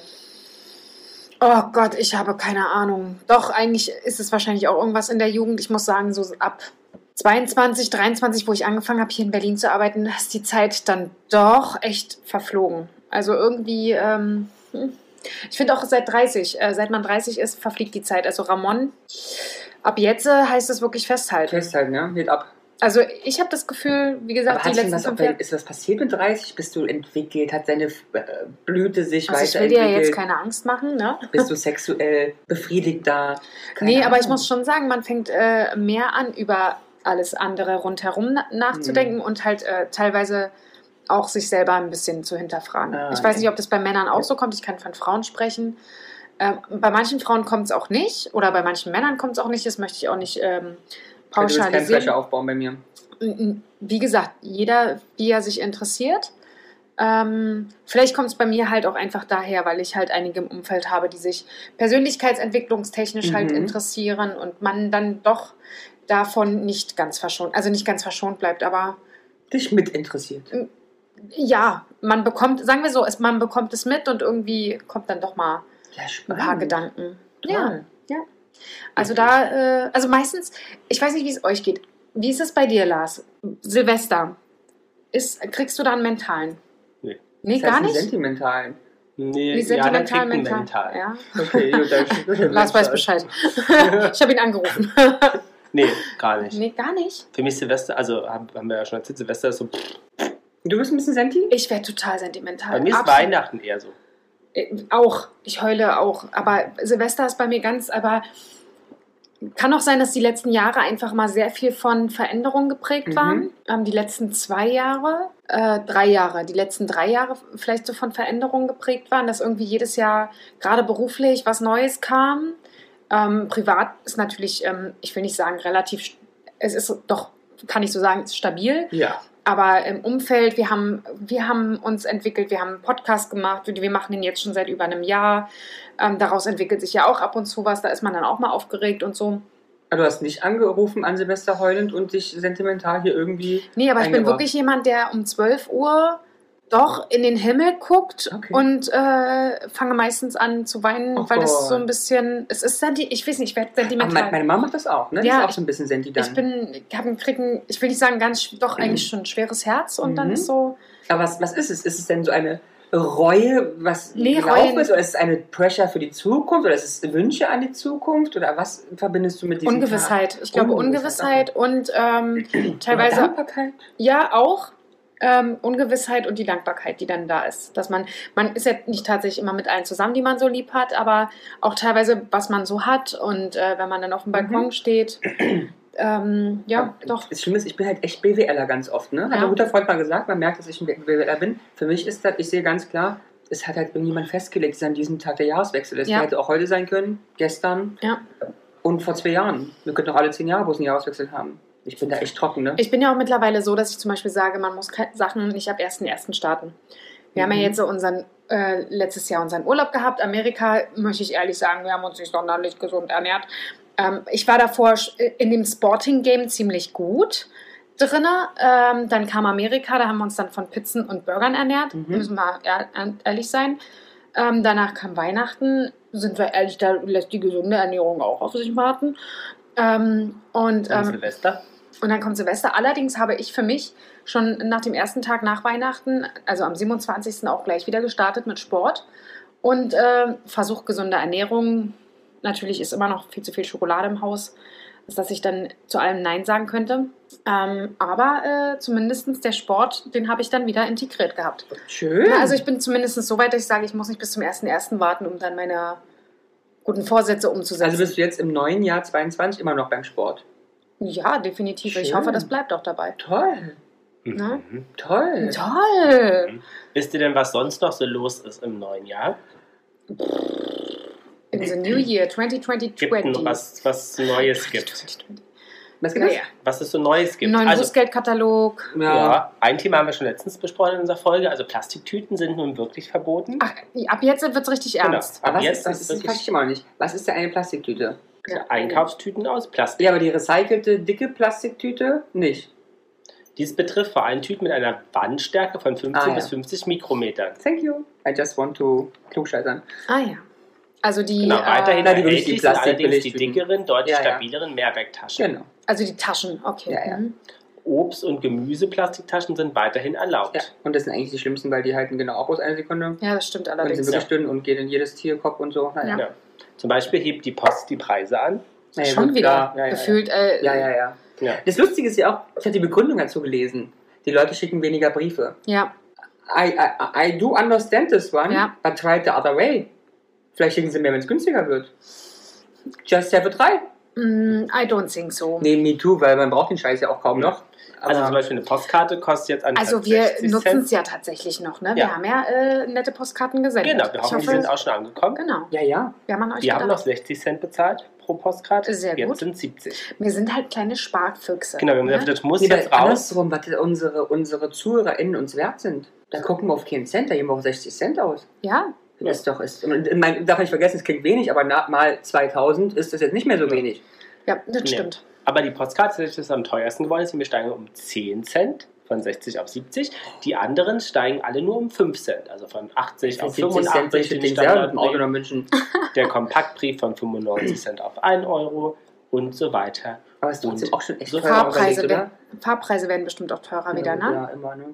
Oh Gott, ich habe keine Ahnung. Doch, eigentlich ist es wahrscheinlich auch irgendwas in der Jugend. Ich muss sagen, so ab zweiundzwanzig, dreiundzwanzig, wo ich angefangen habe, hier in Berlin zu arbeiten, ist die Zeit dann doch echt verflogen. Also irgendwie, ähm, hm. ich finde auch seit dreißig, äh, seit man dreißig ist, verfliegt die Zeit. Also Ramon, ab jetzt äh, heißt es wirklich festhalten. Festhalten, ja? Geht ab. Also ich habe das Gefühl, wie gesagt, Aber die hast du letzten was, fünf ob, Jahre... ist was passiert mit dreißig? Bist du entwickelt? Hat deine äh, Blüte sich Also ich will dir ja weiterentwickelt? jetzt keine Angst machen, ne? Bist du sexuell befriedigter? Keine Nee, aber ich Ahnung. muss schon sagen, man fängt äh, mehr an, über alles andere rundherum na nachzudenken Mhm. und halt äh, teilweise auch sich selber ein bisschen zu hinterfragen. Ah, ich weiß okay. nicht, ob das bei Männern auch so kommt. Ich kann von Frauen sprechen. Ähm, bei manchen Frauen kommt es auch nicht oder bei manchen Männern kommt es auch nicht. Das möchte ich auch nicht ähm, Du willst keine pauschalisieren. Fläche aufbauen bei mir. Wie gesagt, jeder, wie er sich interessiert. Ähm, vielleicht kommt es bei mir halt auch einfach daher, weil ich halt einige im Umfeld habe, die sich persönlichkeitsentwicklungstechnisch halt Mhm. interessieren und man dann doch davon nicht ganz verschont, also nicht ganz verschont bleibt, aber Dich mit interessiert. ja, man bekommt, sagen wir so, es, man bekommt es mit und irgendwie kommt dann doch mal Ja, ein spannend. paar Gedanken. Ja, Toll. ja. Also da, äh, also meistens, ich weiß nicht, wie es euch geht. Wie ist es bei dir, Lars? Silvester. Ist, kriegst du da einen mentalen? Nee. Nee, Das heißt gar einen nicht? sentimentalen. Nee, Wie sentimental, kriegt einen mental? mental. Ja. Okay, gut, dann Lars weiß Bescheid. Ich habe ihn angerufen. Nee, gar nicht. Nee, gar nicht. Für mich Silvester, also haben, haben wir ja schon erzählt, Silvester ist so, pff, Du bist ein bisschen senti? Ich wäre total sentimental. bei mir ist Absolut. Weihnachten eher so. Äh, Auch. Ich heule auch. Aber Silvester ist bei mir ganz, aber kann auch sein, dass die letzten Jahre einfach mal sehr viel von Veränderung geprägt Mhm. waren. Ähm, die letzten zwei Jahre, äh, drei Jahre, die letzten drei Jahre vielleicht so von Veränderung geprägt waren, dass irgendwie jedes Jahr gerade beruflich was Neues kam. Ähm, privat ist natürlich, ähm, ich will nicht sagen relativ, st- es ist doch kann ich so sagen, ist stabil. Ja. Aber im Umfeld, wir haben, wir haben uns entwickelt, wir haben einen Podcast gemacht, wir machen den jetzt schon seit über einem Jahr. Ähm, daraus entwickelt sich ja auch ab und zu was, da ist man dann auch mal aufgeregt und so. Aber du hast nicht angerufen an Silvester heulend und dich sentimental hier irgendwie... Nee, aber ich bin eingebracht. wirklich jemand, der um zwölf Uhr doch in den Himmel guckt Okay. und äh, fange meistens an zu weinen, Oh weil es Gott. so ein bisschen, es ist senti ich weiß nicht, ich werde Aber sentimental. meine, meine Mama macht das auch, ne? Die Ja, ist auch so ein bisschen senti dann. Ich bin, ich habe einen Kriegen, ich will nicht sagen ganz, sch- doch eigentlich schon ein schweres Herz und dann Mhm. ist so, Aber was, was ist es? Ist es denn so eine Reue, was Nee, gelaufen Reue- ist? Oder ist es eine Pressure für die Zukunft? Oder ist es Wünsche an die Zukunft? Oder was verbindest du mit diesem Ungewissheit. Tag? Ich glaube Ungewissheit, Ungewissheit und ähm, Oder teilweise, Dankbarkeit? ja auch, ähm, Ungewissheit und die Dankbarkeit, die dann da ist. Dass man, man ist ja nicht tatsächlich immer mit allen zusammen, die man so lieb hat, aber auch teilweise, was man so hat und äh, wenn man dann auf dem Balkon Mhm. steht, ähm, ja, doch. Das Schlimme ist, ich bin halt echt BWLer ganz oft. Ne? Hat Ja. ein guter Freund mal gesagt, man merkt, dass ich ein BWLer bin. Für mich ist das, ich sehe ganz klar, es hat halt irgendjemand festgelegt, dass an diesem Tag der Jahreswechsel ist. Ja. Der hätte auch heute sein können, gestern Ja. und vor zwei Jahren. Wir könnten auch alle zehn Jahre bloß einen Jahreswechsel haben. Ich bin da echt trocken, ne? Ich bin ja auch mittlerweile so, dass ich zum Beispiel sage, man muss ke- Sachen nicht ab ersten ersten starten. Wir haben Mhm. ja jetzt so unseren, äh, letztes Jahr unseren Urlaub gehabt. Amerika, möchte ich ehrlich sagen, wir haben uns nicht sonderlich gesund ernährt. Ähm, ich war davor sch- in dem Sporting-Game ziemlich gut drin. Ähm, dann kam Amerika, da haben wir uns dann von Pizzen und Burgern ernährt. Mhm. Müssen wir ehr- ehrlich sein. Ähm, danach kam Weihnachten. Sind wir ehrlich, da lässt die gesunde Ernährung auch auf sich warten. Ähm, und Und ähm, Silvester? und dann kommt Silvester. Allerdings habe ich für mich schon nach dem ersten Tag nach Weihnachten, also am siebenundzwanzigsten auch gleich wieder gestartet mit Sport und äh, versuche gesunde Ernährung. Natürlich ist immer noch viel zu viel Schokolade im Haus, dass ich dann zu allem Nein sagen könnte. Ähm, aber äh, zumindest der Sport, den habe ich dann wieder integriert gehabt. Schön. Na, also ich bin zumindest so weit, dass ich sage, ich muss nicht bis zum ersten ersten warten, um dann meine guten Vorsätze umzusetzen. Also bist du jetzt im neuen Jahr zweiundzwanzig immer noch beim Sport? ja, definitiv. Ich Schön. hoffe, das bleibt auch dabei. Toll, Ne? Mhm. toll. Toll! Mhm. Wisst ihr denn, was sonst noch so los ist im neuen Jahr? In the new year, twenty twenty. Gibt noch was, was Neues gibt? Was gibt es? Naja, Was es so Neues gibt? einen neuen Also, Bußgeldkatalog. ja, ein Thema haben wir schon letztens besprochen in unserer Folge. Also Plastiktüten sind nun wirklich verboten. Ach, ab jetzt wird es richtig Genau. ernst. Aber Ab was jetzt ist das? ist Das wirklich verstehe ich immer noch nicht. Was ist denn eine Plastiktüte? Ja. Einkaufstüten aus Plastik. Ja, aber die recycelte, dicke Plastiktüte nicht. Dies betrifft vor allem Tüten mit einer Wandstärke von fünfzehn Ah, ja. bis fünfzig Mikrometern. Thank you. I just want to klugscheißern. Ah ja. Also die, Genau, weiterhin äh, Na, die wirklich erhältlich die sind allerdings die Plastikbelegtüten. dickeren, deutlich Ja, ja. stabileren Mehrwegtaschen. Genau. also die Taschen, okay. Ja, ja. Mhm. Obst- und Gemüseplastiktaschen sind weiterhin erlaubt. Ja, und das sind eigentlich die schlimmsten, weil die halten genau auch aus einer Sekunde. Ja, das stimmt Und allerdings. sind wirklich dünn und gehen in jedes Tierkopf und so. Naja. Ja. Ja. Zum Beispiel hebt die Post die Preise an. Naja, Schon gut, wieder klar. Ja, ja, gefühlt. Äh, Ja, ja, ja. Ja. Das Lustige ist ja auch, ich habe die Begründung dazu gelesen. Die Leute schicken weniger Briefe. ja. I, I, I do understand this one, Ja. but try it the other way. Vielleicht schicken sie mehr, wenn es günstiger wird. Just have a try. Mm, I don't think so. Nee, me too, weil man braucht den Scheiß ja auch kaum noch. Also Aber- zum Beispiel eine Postkarte kostet jetzt anstatt Also wir sechzig nutzen Cent. es ja tatsächlich noch, ne? Wir Ja. haben ja äh, nette Postkarten gesendet. Genau, wir ich hoffen, die hoffe, sind auch schon angekommen. genau. Ja, ja. Wir haben an euch Wir haben noch gedacht. sechzig Cent bezahlt pro Postkarte. Sehr jetzt gut. sind siebzig. Wir sind halt kleine Sparfüchse. Genau, wir haben ne? gesagt, das muss Nee, jetzt weil raus. andersrum, was unsere, unsere ZuhörerInnen uns wert sind. Da gucken wir auf keinen Cent, da geben wir auf sechzig Cent aus. Ja, Das ist doch, ist, und man darf nicht vergessen, es klingt wenig, aber nach mal zweitausend ist das jetzt nicht mehr so wenig. ja, das Nee. stimmt. Aber die Postkarte ist jetzt am teuersten geworden. Ist, wir steigen um zehn Cent, von sechzig auf siebzig. Die anderen steigen alle nur um fünf Cent, also von achtzig auf fünfundachtzig. den Den selber mit dem Auto Standardbrief. nach München. Der Kompaktbrief von fünfundneunzig Cent auf ein Euro und so weiter. Aber es ist trotzdem Und auch schon echt so teuer Fahrpreise, überlegt, werden, Fahrpreise werden bestimmt auch teurer wieder, ne? Ja, immer, ne?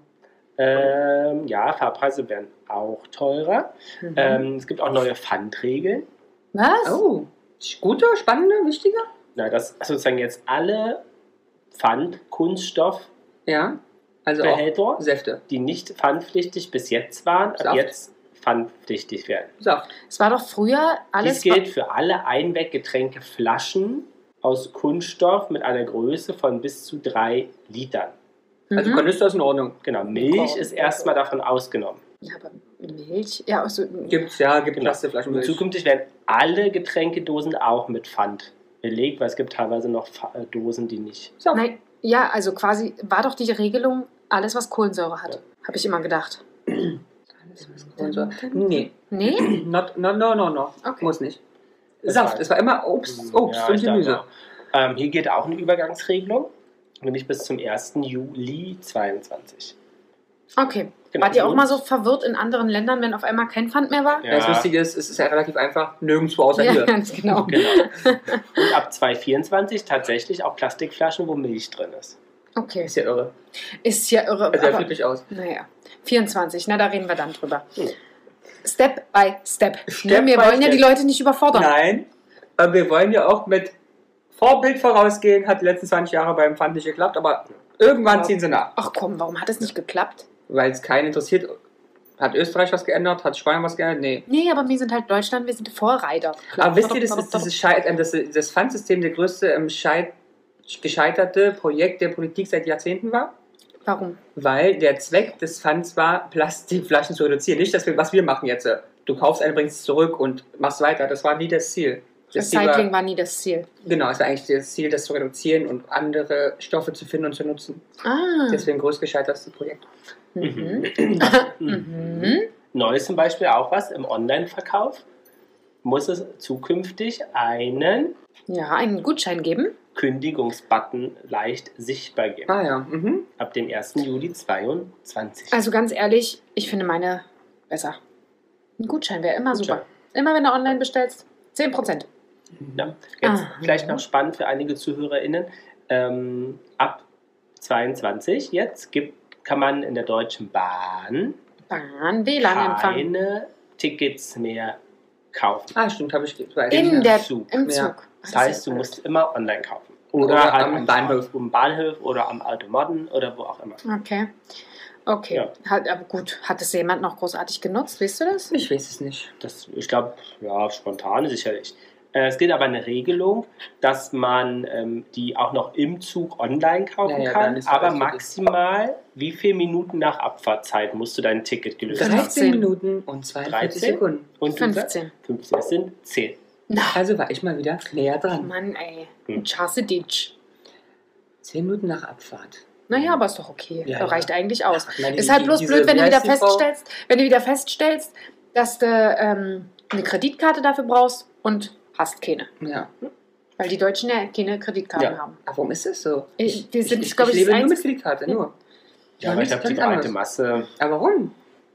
Ähm, ja, Fahrpreise werden auch teurer. Mhm. Ähm, es gibt auch neue Pfandregeln. Was? Oh, guter, spannender, wichtiger? Na, dass sozusagen jetzt alle Pfand, Kunststoff, Ja, also Behälter, auch Säfte. die nicht pfandpflichtig bis jetzt waren, ab Saft. jetzt pfandpflichtig werden. Saft. Es war doch früher alles. Dies gilt für alle Einweggetränkeflaschen aus Kunststoff mit einer Größe von bis zu drei Litern. Also Mhm. Kanister ist in Ordnung. Genau, Milch ist erstmal davon ausgenommen. Ja, aber Milch. Ja, also, Gibt's, ja, gibt Genau. Plastikflaschen Und Milch. zukünftig werden alle Getränkedosen auch mit Pfand belegt, weil es gibt teilweise noch Fa- äh, Dosen, die nicht. Saft. nein, Ja, also quasi war doch die Regelung, alles, was Kohlensäure hat. Ja. Habe ich immer gedacht. Alles, was Kohlensäure- Nee, Nee? Not, no, no, no, no. Okay. Muss nicht. Es Saft, war- es war immer Obst, Obst Ja, und ich glaube Gemüse. auch. Ähm, hier geht auch eine Übergangsregelung, nämlich bis zum ersten Juli zweiundzwanzig. Okay. Genau. Wart ihr auch mal so verwirrt in anderen Ländern, wenn auf einmal kein Pfand mehr war? Ja. Das Lustige ist, es ist ja relativ einfach, nirgendwo außer hier. ganz genau. Genau. Und ab zweitausendvierundzwanzig tatsächlich auch Plastikflaschen, wo Milch drin ist. Okay. Ist ja irre. Ist ja irre. Also er aber- fühlt mich aus. Naja, vierundzwanzig, na da reden wir dann drüber. Hm. Step by Step. Step ne, wir by wollen ja step. die Leute nicht überfordern. Nein, aber wir wollen ja auch mit Vorbild vorausgehen. Hat die letzten zwanzig Jahre beim Pfand nicht geklappt, aber irgendwann Ja. ziehen sie nach. Ach komm, warum hat es nicht geklappt? Weil es keinen interessiert. Hat Österreich was geändert? Hat Spanien was geändert? Nee. Nee, aber wir sind halt Deutschland, wir sind Vorreiter. Aber wisst ihr, das ist dieses Scheit, ähm, das, das Pfandsystem der größte ähm, Scheit, gescheiterte Projekt der Politik seit Jahrzehnten war? Warum? Weil der Zweck des Pfands war, Plastikflaschen zu reduzieren. Nicht, dass wir, was wir machen jetzt. Du kaufst eine, bringst es zurück und machst weiter. Das war nie das Ziel. Das Ziel Recycling war, war nie das Ziel. genau, es war eigentlich das Ziel, das zu reduzieren und andere Stoffe zu finden und zu nutzen. Ah. Deswegen größt gescheitertes Projekt. Mhm. Mhm. Mhm. Neu ist zum Beispiel auch was im Online-Verkauf. Muss es zukünftig einen Ja, einen Gutschein geben. Kündigungsbutton leicht sichtbar geben. Ah ja, mhm. Ab dem ersten Juli zweiundzwanzig. Also ganz ehrlich, ich finde meine besser. Ein Gutschein wäre immer Gutschein. super. Immer wenn du online bestellst, zehn Prozent. Ja. Jetzt Ah. vielleicht noch spannend für einige ZuhörerInnen. Ähm, ab zweiundzwanzig jetzt gibt, kann man in der Deutschen Bahn Bahn, W L A N-Empfang. keine Tickets mehr kaufen. Ah, stimmt, habe ich weiß In ich, der, Zug. Im Ja. Zug. Das heißt, du musst immer online kaufen. Oder, Oder halt am am Bahnhof. Am Bahnhof oder am Automaten oder wo auch immer. Okay. Okay. Ja. Hat, aber gut, hat es jemand noch großartig genutzt? Weißt du das? Ich weiß es nicht. Das, ich glaube, ja, spontan sicherlich. Äh, es gibt aber eine Regelung, dass man ähm, die auch noch im Zug online kaufen Ja, ja, kann, dann ist aber alles okay. maximal, wie viele Minuten nach Abfahrtzeit musst du dein Ticket gelöst haben? dreizehn Minuten und zweiundvierzig dreizehn? Sekunden. Und du sagst? fünfzehn. fünfzehn. Es sind zehn. Na, Also war ich mal wieder näher dran. Mann, ey. Hm. Ein Chassiditsch. Zehn Minuten nach Abfahrt. Naja, aber ist doch okay. Ja, das ja. reicht eigentlich aus. Ich meine, Ist die- halt bloß diese- blöd, wenn wie du wieder heißt die Frau? feststellst, wenn du wieder feststellst, dass du ähm, eine Kreditkarte dafür brauchst und hast keine. Ja. Weil die Deutschen ja keine Kreditkarten ja. haben. Aber warum ist das so? Ich- die sind, ich, ich, glaub ich ich, lebe das nur mit Einzige- Kreditkarte, nur. Ja, aber ich glaube, die ganz breite anders. Masse. Aber warum?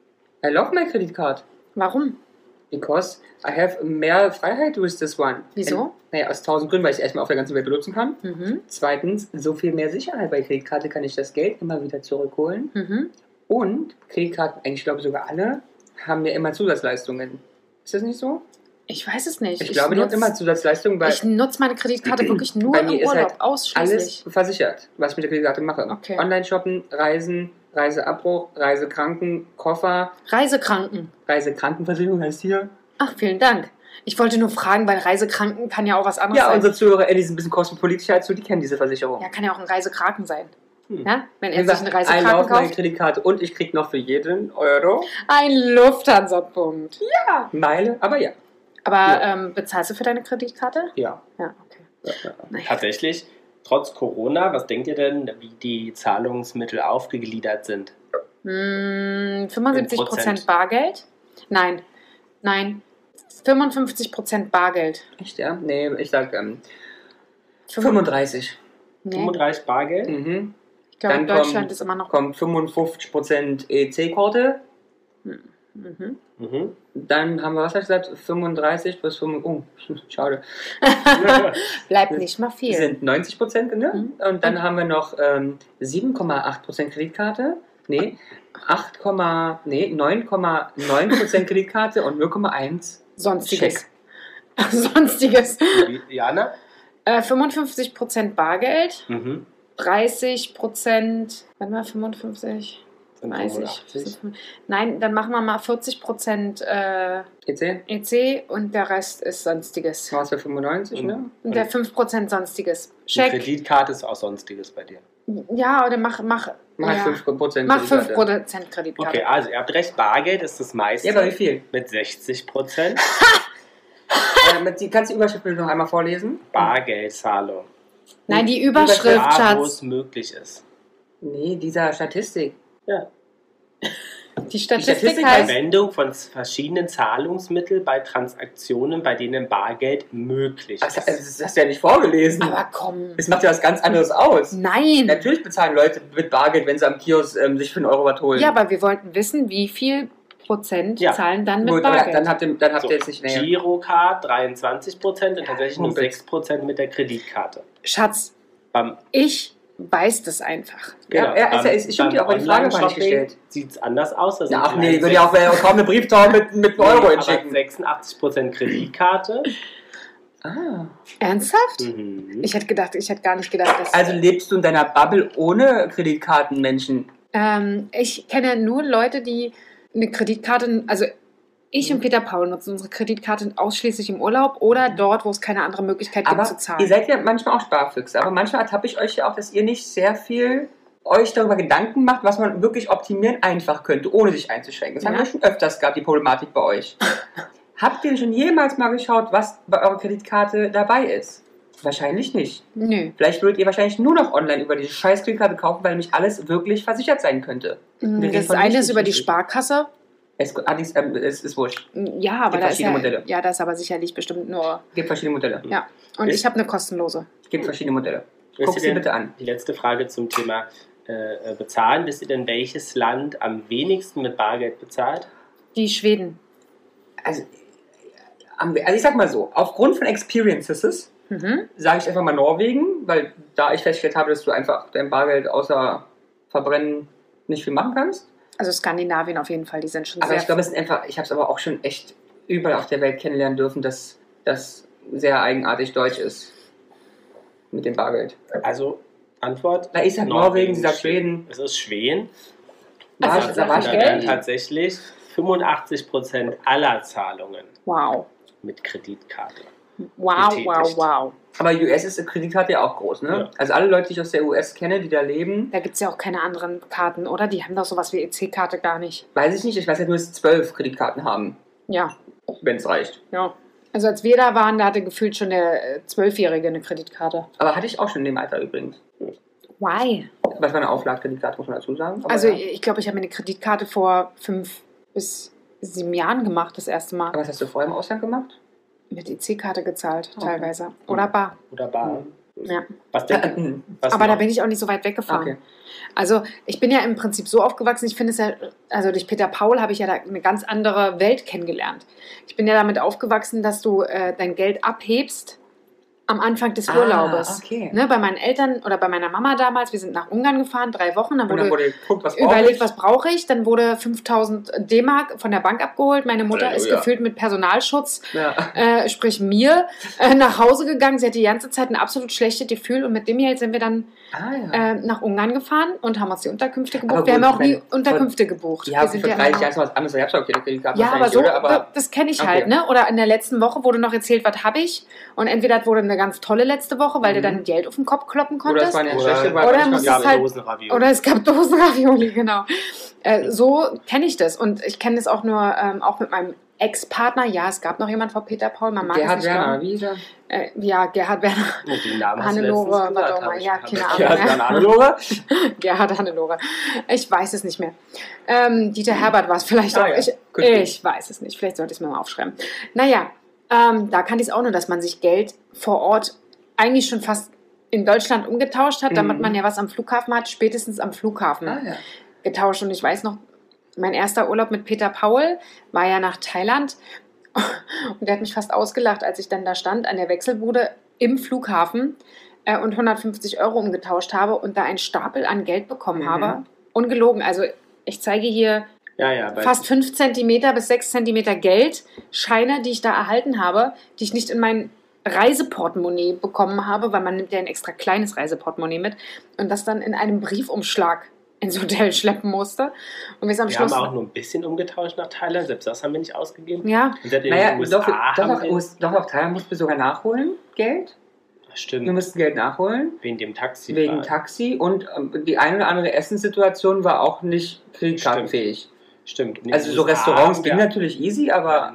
I love my credit card. Warum? Because I have mehr Freiheit with this one. Wieso? And, naja, aus tausend Gründen, weil ich es erstmal auf der ganzen Welt benutzen kann. Mhm. Zweitens, so viel mehr Sicherheit. Bei Kreditkarte kann ich das Geld immer wieder zurückholen. Mhm. Und Kreditkarten, eigentlich glaube ich sogar alle, haben ja immer Zusatzleistungen. Ist das nicht so? Ich weiß es nicht. Ich, glaube, die haben nutz- immer Zusatzleistungen, weil Ich nutze meine Kreditkarte wirklich nur Bei im mir ist Urlaub, halt ausschließlich. alles versichert, was ich mit der Kreditkarte mache. Okay. Online-Shoppen, Reisen, Reiseabbruch, Reisekranken, Koffer, Reisekranken. Reisekrankenversicherung heißt hier. Ach, vielen Dank. Ich wollte nur fragen, weil Reisekranken kann ja auch was anderes Ja, sein. unsere Zuhörer, die sind ein bisschen kosmopolitischer als du, die kennen diese Versicherung. Ja, kann ja auch ein Reisekraken sein. Hm. Ja? Wenn Wie er sich gesagt, einen I Reisekraken love meine kauft. Kreditkarte und ich krieg noch für jeden Euro Ein Lufthansa-Punkt. Meile, aber ja. Aber Ja. ähm, bezahlst du für deine Kreditkarte? Ja. Ja, okay. ja, ja. Naja. Tatsächlich, trotz Corona, was denkt ihr denn, wie die Zahlungsmittel aufgegliedert sind? Hm, fünfundsiebzig In Prozent Prozent. Bargeld? Nein. Nein. fünfundfünfzig Prozent Bargeld. Echt, ja? Nee, ich sag ähm, Fünf- fünfunddreißig. Nee, fünfunddreißig Bargeld? Mhm. ich glaube, Dann Deutschland kommt- ist immer noch. Kommt fünfundfünfzig Prozent E C-Karte. Mhm. Mhm. Dann haben wir, was hast du gesagt? fünfunddreißig plus fünf. Oh, schade. Bleibt nicht mal viel. Sind neunzig Prozent, ne? Mhm. Und dann haben wir noch ähm, sieben Komma acht Prozent Kreditkarte. Nee, acht, nee, neun Komma neun Prozent Kreditkarte und null Komma eins Sonstiges. Sonstiges. Wie- Jana? Äh, fünfundfünfzig Prozent Bargeld, Mhm. dreißig Prozent, wann war fünfundfünfzig? Sind dreißig. fünfundachtzig. Nein, dann machen wir mal vierzig Prozent äh, E C? E C und der Rest ist Sonstiges. War es für fünfundneunzig, ne? Und der fünf Prozent Sonstiges. Die Check. Kreditkarte ist auch sonstiges bei dir. Ja, oder mach, mach, Mach ja. fünf Prozent mach fünf Kreditkarte. Prozent Kreditkarte. Okay, also ihr habt recht, Bargeld ist das meiste. Ja, aber wie viel? Mit sechzig Prozent. äh, mit, die, kannst du die Überschrift bitte noch einmal vorlesen? Bargeldzahlung. Nein, die Überschrift, Da, wo Schatz. es möglich ist. Nee, dieser Statistik. Ja. Die Statistik, Statistik heißt, Verwendung von verschiedenen Zahlungsmitteln bei Transaktionen, bei denen Bargeld möglich Das, ist. das hast du ja nicht vorgelesen. aber komm. Das macht ja was ganz anderes aus. Nein. Natürlich bezahlen Leute mit Bargeld, wenn sie am Kiosk ähm, sich für einen Euro was holen. Ja, aber wir wollten wissen, wie viel Prozent Ja. zahlen dann mit Gut, aber Bargeld. dann habt ihr, dann habt So, ihr jetzt nicht näher. Girocard dreiundzwanzig Prozent und tatsächlich nur Humpels. sechs Prozent mit der Kreditkarte. Schatz, Beim, ich weiß das einfach. Ja, ja, ist ja- ist- stimmt ja, aber die Frage war nicht gestellt. Sieht es anders aus. Da Ja, sind ach nee, vielleicht ich würde ja auch sechs- äh, kaum eine Brieftaube mit, mit einem Nee, Euro aber hinschicken. sechsundachtzig Prozent Kreditkarte. Ah. Ernsthaft? Mhm. Ich hätte gedacht, ich hätte gar nicht gedacht, dass... Also lebst du in deiner Bubble ohne Kreditkartenmenschen? Ähm, ich kenne nur Leute, die eine Kreditkarte, also ich und Peter Paul nutzen unsere Kreditkarte ausschließlich im Urlaub oder dort, wo es keine andere Möglichkeit gibt Aber zu zahlen. ihr seid ja manchmal auch Sparfüchse. Aber manchmal ertappe ich euch ja auch, dass ihr nicht sehr viel euch darüber Gedanken macht, was man wirklich optimieren einfach könnte, ohne sich einzuschränken. Das haben Ja. wir schon öfters gehabt, die Problematik bei euch. Habt ihr schon jemals mal geschaut, was bei eurer Kreditkarte dabei ist? Wahrscheinlich nicht. Nö. Vielleicht würdet ihr wahrscheinlich nur noch online über diese scheiß Kreditkarte kaufen, weil nämlich alles wirklich versichert sein könnte. Wir reden Das von eine ist richtig, über die richtig. Sparkasse. Es, allerdings, ähm, es ist wurscht. Ja, aber Gibt da ist ja, verschiedene Modelle. ja, das ist aber sicherlich bestimmt nur... Es gibt verschiedene Modelle. Ja, und Ist- ich habe eine kostenlose. Es gibt verschiedene Modelle. Wisst Guck ihr sie denn- bitte an. Die letzte Frage zum Thema äh, Bezahlen. Wisst ihr denn, welches Land am wenigsten mit Bargeld bezahlt? Die Schweden. Also, am- also ich sag mal so, aufgrund von Experiences Mhm. sage ich einfach mal Norwegen, weil da ich festgestellt habe, dass du einfach dein Bargeld außer Verbrennen nicht viel machen kannst. Also Skandinavien auf jeden Fall, die sind schon Aber sehr... ich glaube, es sind einfach, ich habe es aber auch schon echt überall auf der Welt kennenlernen dürfen, dass das sehr eigenartig deutsch ist mit dem Bargeld. Also, Antwort? Na, ich sag Norwegen, sie sagt Schweden. Es ist Schweden. Da Also, war ich- da war ich Sachen Da Geld? werden tatsächlich fünfundachtzig Prozent aller Zahlungen wow. mit Kreditkarte. Wow, Getätigt. wow, wow. Aber U S ist die Kreditkarte ja auch groß, ne? Ja. Also alle Leute, die ich aus der U S kenne, die da leben, Da gibt es ja auch keine anderen Karten, oder? Die haben doch sowas wie E C-Karte gar nicht. weiß ich nicht. Ich weiß ja nur, dass zwölf Kreditkarten haben, Ja, wenn es reicht. ja. Also als wir da waren, da hatte gefühlt schon der äh, Zwölfjährige eine Kreditkarte. Aber hatte ich auch schon in dem Alter übrigens. Why? Was war eine Auflagkreditkarte, muss man dazu sagen. Aber Also ja. ich glaube, ich habe mir eine Kreditkarte vor fünf bis sieben Jahren gemacht, das erste Mal. Aber was hast du vorher im Ausland gemacht? Mit E C-Karte gezahlt, Okay. teilweise. Oder bar. Oder Bar. Ja. Was denken, was Aber da noch? bin ich auch nicht so weit weggefahren. Okay. Also ich bin ja im Prinzip so aufgewachsen, ich finde es ja, also durch Peter Paul habe ich ja da eine ganz andere Welt kennengelernt. Ich bin ja damit aufgewachsen, dass du äh, dein Geld abhebst am Anfang des Urlaubes. Ah, okay. Ne, bei meinen Eltern oder bei meiner Mama damals, wir sind nach Ungarn gefahren, drei Wochen, dann Und dann wurde wurde geguckt, was brauche überlegt, ich. was brauche ich, dann wurde fünftausend D-Mark von der Bank abgeholt, meine Mutter ist Halleluja. gefühlt mit Personalschutz, Ja. äh, sprich mir, äh, nach Hause gegangen, sie hatte die ganze Zeit ein absolut schlechtes Gefühl und mit dem Geld sind wir dann Ah, ja. äh, nach Ungarn gefahren und haben uns die Unterkünfte gebucht. Aber Wir gut, haben auch ich nie meine, Unterkünfte gebucht. ja, wir für sind dreißig immer- Jahre ist noch was anderes. Ich habe auch keine Kreditkarte. ja, aber wahrscheinlich, so, oder? Aber das kenne ich okay. halt, ne? Oder in der letzten Woche wurde noch erzählt, was habe ich. Und entweder das wurde eine ganz tolle letzte Woche, weil Mhm. du dann Geld auf den Kopf kloppen oder es konntest. waren ja Oder- schlechte, weil oder manchmal- muss Ja, es halt- Dosenravioli. Oder es gab Dosenravioli, genau. Äh, so kenne ich das. Und ich kenne das auch nur, ähm, auch mit meinem Ex-Partner. Ja, es gab noch jemand von Peter Paul, man mag Gerhard es nicht Werner, glauben. wie hieß er? Äh, ja, Gerhard Werner. Oh, den Namen hast du Hannelore, letztens warte gesagt, mal, hab ich- ja, hab keine ich- Ahnung. Gerhard Werner, Hannelore? Gerhard Hannelore. Ich weiß es nicht mehr. Ähm, Dieter Herbert war es vielleicht Ah, auch. ja. Ich, Könnte. ich weiß es nicht. Vielleicht sollte ich es mir mal aufschreiben. Naja, ähm, da kannte ich es auch nur, dass man sich Geld vor Ort eigentlich schon fast in Deutschland umgetauscht hat, damit Mhm. man ja was am Flughafen hat, spätestens am Flughafen Ah, ja. getauscht. Und ich weiß noch, mein erster Urlaub mit Peter Paul war ja nach Thailand. Und der hat mich fast ausgelacht, als ich dann da stand an der Wechselbude im Flughafen äh, und hundertfünfzig Euro umgetauscht habe und da einen Stapel an Geld bekommen Mhm. habe. Ungelogen. Also ich zeige hier Ja, ja, bei- fast fünf Zentimeter bis sechs Zentimeter Geld, Scheine, die ich da erhalten habe, die ich nicht in mein Reiseportemonnaie bekommen habe, weil man nimmt ja ein extra kleines Reiseportemonnaie mit und das dann in einem Briefumschlag ins Hotel schleppen musste. Und wir es am wir Schluss... haben auch nur ein bisschen umgetauscht nach Thailand, selbst das haben wir nicht ausgegeben. ja, Und seit in Naja, den doch, U S A doch, haben doch, wir... US- doch, auf Thailand mussten wir sogar nachholen, Geld. Wir Stimmt, mussten Geld nachholen, wegen dem Taxi. wegen Taxi. Und ähm, die eine oder andere Essenssituation war auch nicht kreditkartenfähig. Stimmt. Und in Also den so U S A Restaurants haben ging wir- natürlich easy, aber Und in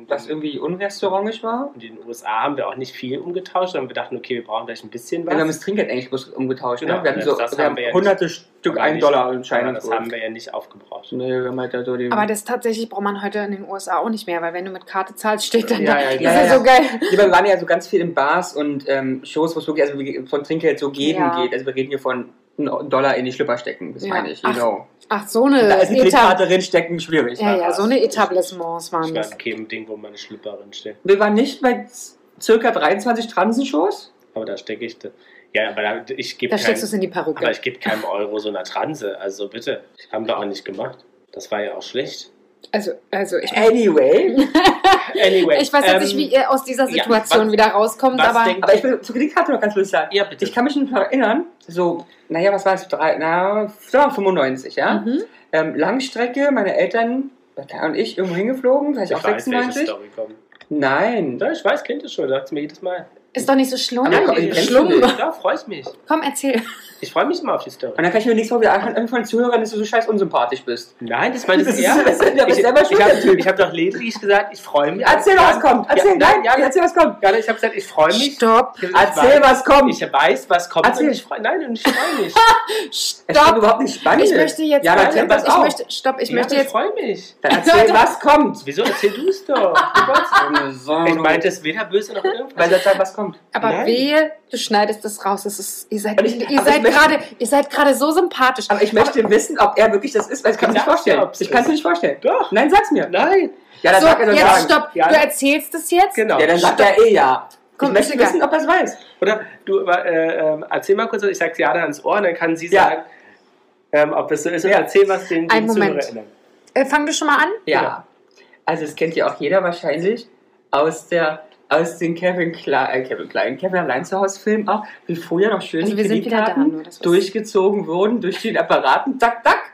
was irgendwie unrestaurantlich war. in den U S A haben wir auch nicht viel umgetauscht, sondern wir dachten, okay, wir brauchen gleich ein bisschen was. Wir haben das Trinkgeld eigentlich bloß umgetauscht. Genau, Ne? Wir hatten das- so das wir haben haben wir ja hunderte nicht. Stück Aber ein nicht- Dollar Aber anscheinend. das haben wir ja nicht aufgebraucht. Nee, wir haben halt da so die, Aber das tatsächlich braucht man heute in den U S A auch nicht mehr, weil wenn du mit Karte zahlst, steht dann Ja, da. ja, das ja, ist ja ja. so geil. Ja, wir waren ja so ganz viel in Bars und ähm, Shows, wo es wirklich also wir- von Trinkgeld so geben Ja. geht. Also wir reden hier von einen Dollar in die Schlüpper stecken. Das Ja. meine ich, you Ach, know. Ach, so eine Da ist eine Etab Kreditkarte drin stecken, schwierig. Ja, ja, so eine Etablissements waren Ich war das. in keinem Ding, wo meine Schlüpperin steht. Wir waren nicht bei circa dreiundzwanzig Transenshows. Aber da stecke ich. Da. Ja, aber da, ich gebe Da kein, steckst du es in die Perücke. aber ich gebe keinem Euro so einer Transe. Also bitte. Haben wir auch nicht gemacht. Das war ja auch schlecht. Also, also ich, Anyway. Anyway. ich weiß jetzt ähm, nicht, wie ihr aus dieser ja, Situation was- wieder rauskommt, was aber denkt- Aber ich will zur Kreditkarte noch ganz lustig sagen. Ja, bitte. Ich kann mich noch erinnern, so, naja, was war es? Drei, na, sagen wir fünfundneunzig, ja? Mhm. Ähm, Langstrecke, meine Eltern und ich irgendwo hingeflogen, vielleicht ich auch weiß, welche sechsundneunzig. Story kommt. Nein. Ja, ich weiß, kennt ihr schon. Sagt mir jedes Mal. ist doch nicht so schlimm. Aber komm, Nein, kennst du schlimm. nicht. Ja, freue ich mich. Komm, erzähl. Ich freue mich immer auf die Story. Und dann kann ich mir nächstes Mal wieder anhören von den Zuhörern, dass du so scheiß unsympathisch bist. Nein, das meine ich Das ist- ernst. das ist- der ist Ich, selber ich schuld, habe der Typ. ich hab doch lediglich gesagt, ich freue mich. Erzähl, was kommt. Erzähl, ja, nein, ja, erzähl, was kommt. Ja, ich habe gesagt, ich freue mich. Stopp. Ich Erzähl, weiß, was kommt. Ich weiß, was kommt. Erzähl. Und ich freu, nein, und ich freue mich. Es Stopp. ist überhaupt nicht spannend. Ich möchte jetzt. Ja, dann warte, erzähl was ich auf. möchte, stopp, ich Ja, möchte ich jetzt. freue mich. Dann erzähl, was kommt. Wieso erzähl du es doch? Du wolltest- Ich meinte es weder böse noch irgendwas. Weil der Zeit was kommt. Aber Nein. wehe, du schneidest das raus. Das ist, ihr seid, Aber ich- ihr aber ich seid möchte- gerade, ihr seid gerade so sympathisch. Aber ich möchte wissen, ob er wirklich das ist, weil ich kann es nicht Sag's vorstellen. dir, ob's Ich kann es ist. nicht vorstellen. Doch. Nein, sag's mir. Nein. Ja, dann so, sag er dann jetzt sagen. stopp. Ja, Du erzählst es jetzt? Genau. Ja, dann sagt er eh ja. Komm, ich möchte ist egal. wissen, ob er es weiß. Oder du äh, äh, erzähl mal kurz, ich sag's Jana ans Ohr, und dann kann sie Ja. sagen, ähm, ob es so ist. Und Ja. erzähl, was den, Einen den Zuhörer Moment. erinnert. Äh, fang du schon mal an? Ja. Ja. Also, das kennt ja auch jeder wahrscheinlich aus der. Aus den Kevin Klein, äh, Kevin Klein, Kevin allein zu Hause Film auch, wie früher noch schön Also die wir sind wieder da, Kreditkarten nur das was- durchgezogen wurden durch den Apparaten, zack, zack.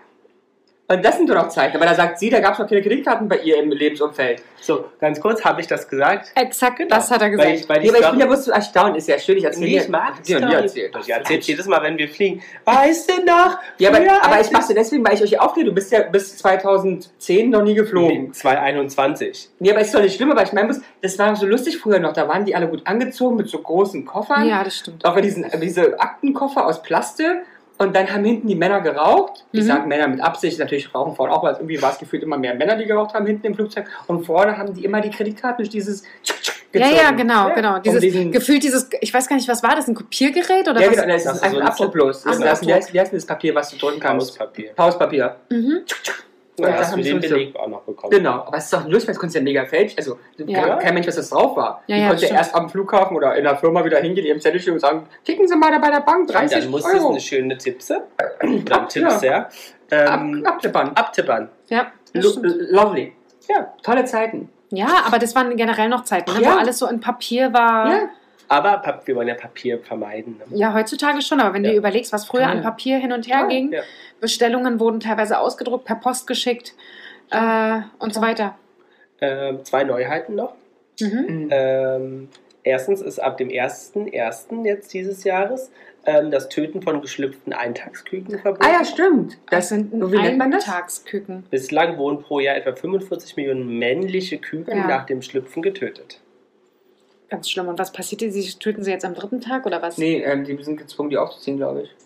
Und das sind doch noch Zeiten. Aber da sagt sie, da gab es noch keine Kreditkarten bei ihr im Lebensumfeld. So, ganz kurz, habe ich das gesagt? Exakt, Genau. das hat er Weil gesagt. ich, weil die Nee, aber ich Story- bin ja bloß so erstaunt, ist ja schön, ich erzähle Nee, ich mag Sie und Story. mir erzählt. Ich erzähle jedes Mal, wenn wir fliegen. Weißt du noch? Ja, aber, früher, aber als ich mach's dir deswegen, weil ich euch aufkläre, du bist ja bis zweitausendzehn noch nie geflogen. zweitausendeinundzwanzig. Nee, aber ist doch nicht schlimm, aber ich meine, das war so lustig früher noch, da waren die alle gut angezogen mit so großen Koffern. Ja, das stimmt. Auch bei diesen, diese Aktenkoffer aus Plastik. Und dann haben hinten die Männer geraucht. Ich Mhm. sage Männer mit Absicht, natürlich rauchen Frauen auch, weil irgendwie war es gefühlt immer mehr Männer, die geraucht haben hinten im Flugzeug. Und vorne haben die immer die Kreditkarten durch dieses Ja, gezogen. ja, genau, Ja, genau. um Dieses diesen- gefühlt dieses, ich weiß gar nicht, was war das, ein Kopiergerät oder Ja, was? genau, das Das ist ist einfach so ein ein Abdruck bloß. Das Ach, ist, das, Abdruck. wie, heißt, wie heißt denn das Papier, was du drücken kannst? Hauspapier. Pauspapier. Mhm. Da Und da hast haben du sie den uns so- Beleg auch noch bekommen. Genau, aber es ist doch lustig, weil es konntest ja mega fälschen. Also, Ja. kein, kein Mensch, was das drauf war. Ja, die ja, konnte ja stimmt. erst am Flughafen oder in der Firma wieder hingehen, ihrem Zettelchen und sagen, kicken Sie mal da bei der Bank, Und dreißig dann musstest du Euro. eine schöne Tipse. Oder Ab- Tipps, ja. Ähm, Ab, abtippern. abtippern. Ja, das Lo- stimmt. Lovely. Ja. Tolle Zeiten. Ja, aber das waren generell noch Zeiten, ne, Ja. wo alles so in Papier war. Ja. Aber Pap- wir wollen ja Papier vermeiden. Ne? Ja, heutzutage schon, aber wenn Ja. du überlegst, was früher Ja. an Papier hin und her Ja. ging, Ja. Bestellungen wurden teilweise ausgedruckt, per Post geschickt äh, und so weiter. Ähm, zwei Neuheiten noch. Mhm. Mhm. Ähm, erstens ist ab dem ersten ersten jetzt dieses Jahres ähm, das Töten von geschlüpften Eintagsküken verboten. Ah ja, stimmt. Das sind wie nennt man das? Eintagsküken. Bislang wurden pro Jahr etwa fünfundvierzig Millionen männliche Küken Ja. nach dem Schlüpfen getötet. Ganz schlimm. Und was passiert? Sie töten sie jetzt am dritten Tag oder was? Nee, ähm, die sind gezwungen, die aufzuziehen, glaube ich.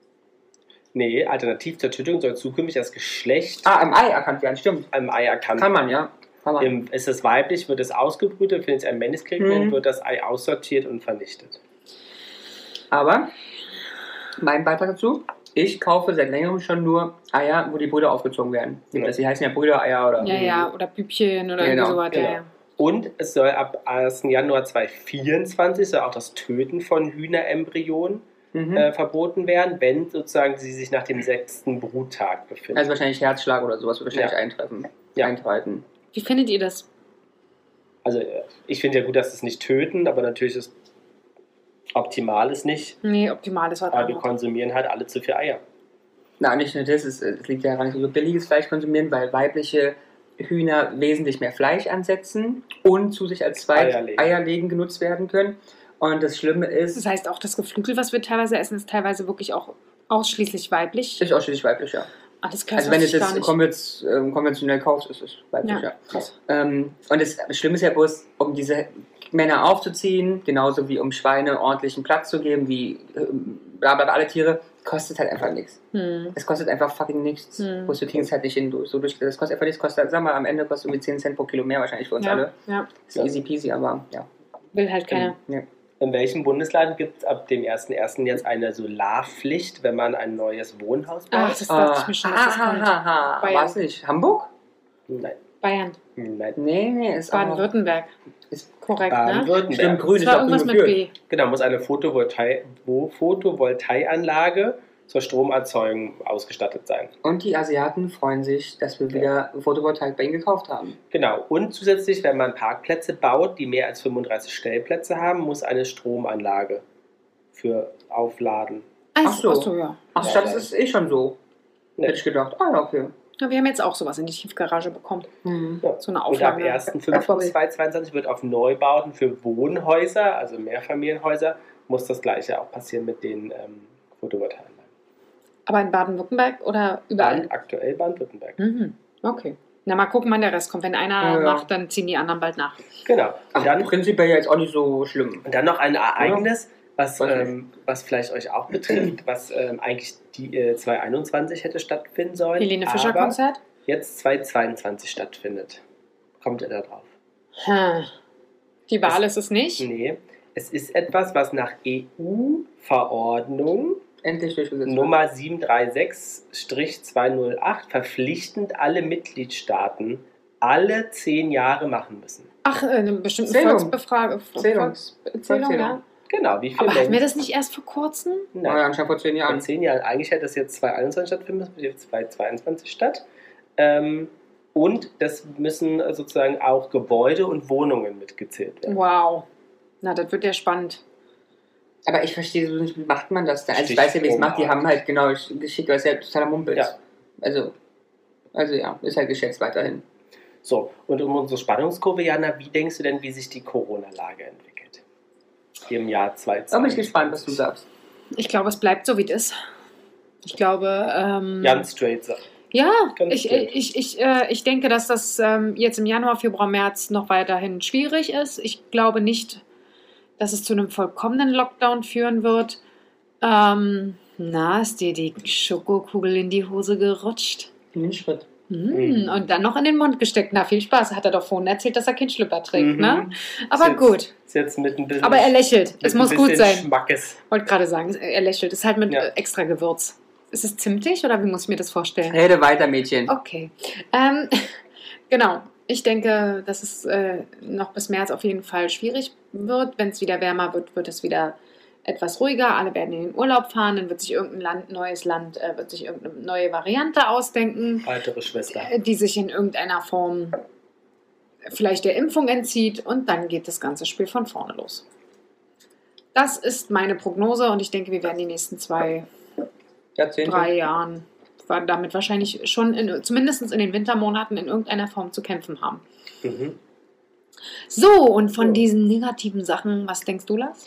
Nee, alternativ zur Tötung soll zukünftig das Geschlecht Ah, im Ei erkannt werden, stimmt. am Ei erkannt Kann man, ja. Kann man. Im, ist es weiblich, wird es ausgebrütet, findet es ein männliches kriegt, Mhm. dann wird das Ei aussortiert und vernichtet. Aber, mein Beitrag dazu, ich kaufe seit längerem schon nur Eier, wo die Brüder aufgezogen werden. Ja. Das, die heißen ja Brüdereier oder... Ja, ja, oder Bübchen oder Genau, irgendwie sowas. genau. Ja, ja. Und es soll ab ersten Januar zweitausendvierundzwanzig soll auch das Töten von Hühnerembryonen Mhm. äh, verboten werden, wenn sozusagen sie sich nach dem sechsten Bruttag befinden. Also wahrscheinlich Herzschlag oder sowas wird wahrscheinlich Ja. eintreffen. Ja. Eintreten. Wie findet ihr das? Also äh, ich finde ja gut, dass es nicht töten, aber natürlich ist optimal ist nicht. Nee, optimal ist was Aber wir anderes. konsumieren halt alle zu viel Eier. Na, nicht nur das, es, es liegt ja daran, dass wir so billiges Fleisch konsumieren, weil weibliche Hühner wesentlich mehr Fleisch ansetzen und zu sich als Zweit Eierlegen. Eierlegen genutzt werden können. Und das Schlimme Das ist, heißt, auch das Geflügel, was wir teilweise essen, ist teilweise wirklich auch ausschließlich weiblich. ist ausschließlich weiblich, ja. Alles klar, Also das wenn weiß du ich gar das nicht. konvenz, ähm, konventionell kaufst, ist es weiblich, Ja, ja. krass. Ähm, und das Schlimme ist ja bloß, um diese Männer aufzuziehen, genauso wie um Schweine ordentlichen Platz zu geben, wie ähm, bla bla bla, alle Tiere, kostet halt einfach nichts. Hm. Es kostet einfach fucking nichts. Hm. Bloß wir kriegen es halt nicht hin, so durch. Das kostet einfach nichts, kostet, sag mal, am Ende kostet irgendwie zehn Cent pro Kilo mehr wahrscheinlich für uns Ja, alle. ja. Ist easy peasy, aber ja. Will halt keiner. Ja. In welchem Bundesland gibt es ab dem ersten ersten jetzt eine Solarpflicht, wenn man ein neues Wohnhaus baut? Ach, das dachte ich mir schon, dass das ah, kommt. ha, ha. Bayern. War es nicht? Hamburg? Nein. Bayern, Nein. Nee, nee, ist auch Baden-Württemberg. Ist Korrekt, ne? Stimmt, Baden-Württemberg. grün Das ist war auch irgendwas grün mit geführt. B. Genau, muss eine Photovoltai wo Photovoltaikanlage zur Stromerzeugung ausgestattet sein. Und die Asiaten freuen sich, dass wir wieder Photovoltaik bei ihnen gekauft haben. Genau. Und zusätzlich, wenn man Parkplätze baut, die mehr als fünfunddreißig Stellplätze haben, muss eine Stromanlage für Aufladen. Ach Ach so. so, ach so, ja. Ach, Ja, das ja. ist eh schon so. Nee. Hätte ich gedacht. Ah, ja, okay. Ja, wir haben jetzt auch sowas in die Tiefgarage bekommen. Mhm. Ja. So eine Und ab Auflage. ersten fünften zweitausendzweiundzwanzig wird auf Neubauten für Wohnhäuser, also Mehrfamilienhäuser, muss das Gleiche auch passieren mit den ähm, Photovoltaikanlagen. Aber in Baden-Württemberg oder überall? Bad, aktuell Baden-Württemberg. Mhm. Okay. Na, mal gucken, wann der Rest kommt. Wenn einer Ja, ja. macht, dann ziehen die anderen bald nach. Genau. Und Ach, dann, prinzipiell ja jetzt auch nicht so schlimm. und dann noch ein Ereignis, was, Weiß nicht. ähm, was vielleicht euch auch betrifft, was ähm, eigentlich die äh, zweitausendeinundzwanzig hätte stattfinden sollen. Helene aber Fischer Konzert? jetzt zweitausendzweiundzwanzig stattfindet. Kommt ihr da drauf? Hm. Die Wahl ist es nicht. Nee. Es ist etwas, was nach E U-Verordnung Endlich durchgesetzt. wird. Nummer sieben drei sechs zweihundertacht verpflichtend alle Mitgliedstaaten alle zehn Jahre machen müssen. Ach, äh, eine bestimmte Zählung. Volksbefragung. Zählung. Volkszählung, Volkszählung. ja. Genau, wie viele Aber hatten wir Menschen? das nicht erst vor kurzem? Ah, ja, Nein, anscheinend vor zehn vor Jahren. zehn Jahren. Eigentlich hätte das jetzt zweitausendeinundzwanzig stattfinden müssen, findet jetzt zweitausendzweiundzwanzig statt. Ähm, und das müssen äh, sozusagen auch Gebäude und Wohnungen mitgezählt werden. Wow. Na, das wird ja spannend. Aber ich verstehe so nicht, wie macht man das da? Also ich weiß ja, wie es macht. Die haben halt genau geschickt, weil es ja totaler Mumpel Ja. ist. Also, also ja, ist halt geschätzt weiterhin. So, und um unsere Spannungskurve, Jana, wie denkst du denn, wie sich die Corona-Lage entwickelt? Hier im Jahr zweitausendzweiundzwanzig. Da bin ich gespannt, was du sagst. Ich glaube, es bleibt so, wie es ist. Ich glaube, ähm, Ganz straight sagen. ja, ganz ich, straight. ich, ich, äh, ich denke, dass das ähm, jetzt im Januar, Februar, März noch weiterhin schwierig ist. Ich glaube nicht, dass es zu einem vollkommenen Lockdown führen wird. Ähm, na, ist dir die Schokokugel in die Hose gerutscht? Ein Schritt. Mm, Mhm. Und dann noch in den Mund gesteckt. Na, viel Spaß. Hat er doch vorhin erzählt, dass er keinen Schlüpper trägt, Mhm. ne? Aber Ist gut. Jetzt, ist jetzt mit ein bisschen, Aber er lächelt. mit Es ein muss gut bisschen sein. Schmackes. Wollte gerade sagen, er lächelt. Ist halt mit Ja. äh, extra Gewürz. Ist es zimtig oder wie muss ich mir das vorstellen? Rede weiter, Mädchen. Okay. Ähm, genau. Ich denke, dass es äh, noch bis März auf jeden Fall schwierig wird. Wenn es wieder wärmer wird, wird es wieder etwas ruhiger. Alle werden in den Urlaub fahren. Dann wird sich irgendein Land, neues Land, äh, wird sich irgendeine neue Variante ausdenken, Weitere Schwester. äh, die sich in irgendeiner Form vielleicht der Impfung entzieht. Und dann geht das ganze Spiel von vorne los. Das ist meine Prognose und ich denke, wir werden die nächsten zwei, Jahrzehnte. drei Jahren war damit wahrscheinlich schon in, zumindest in den Wintermonaten in irgendeiner Form zu kämpfen haben. Mhm. So, und von diesen negativen Sachen, was denkst du, Lars?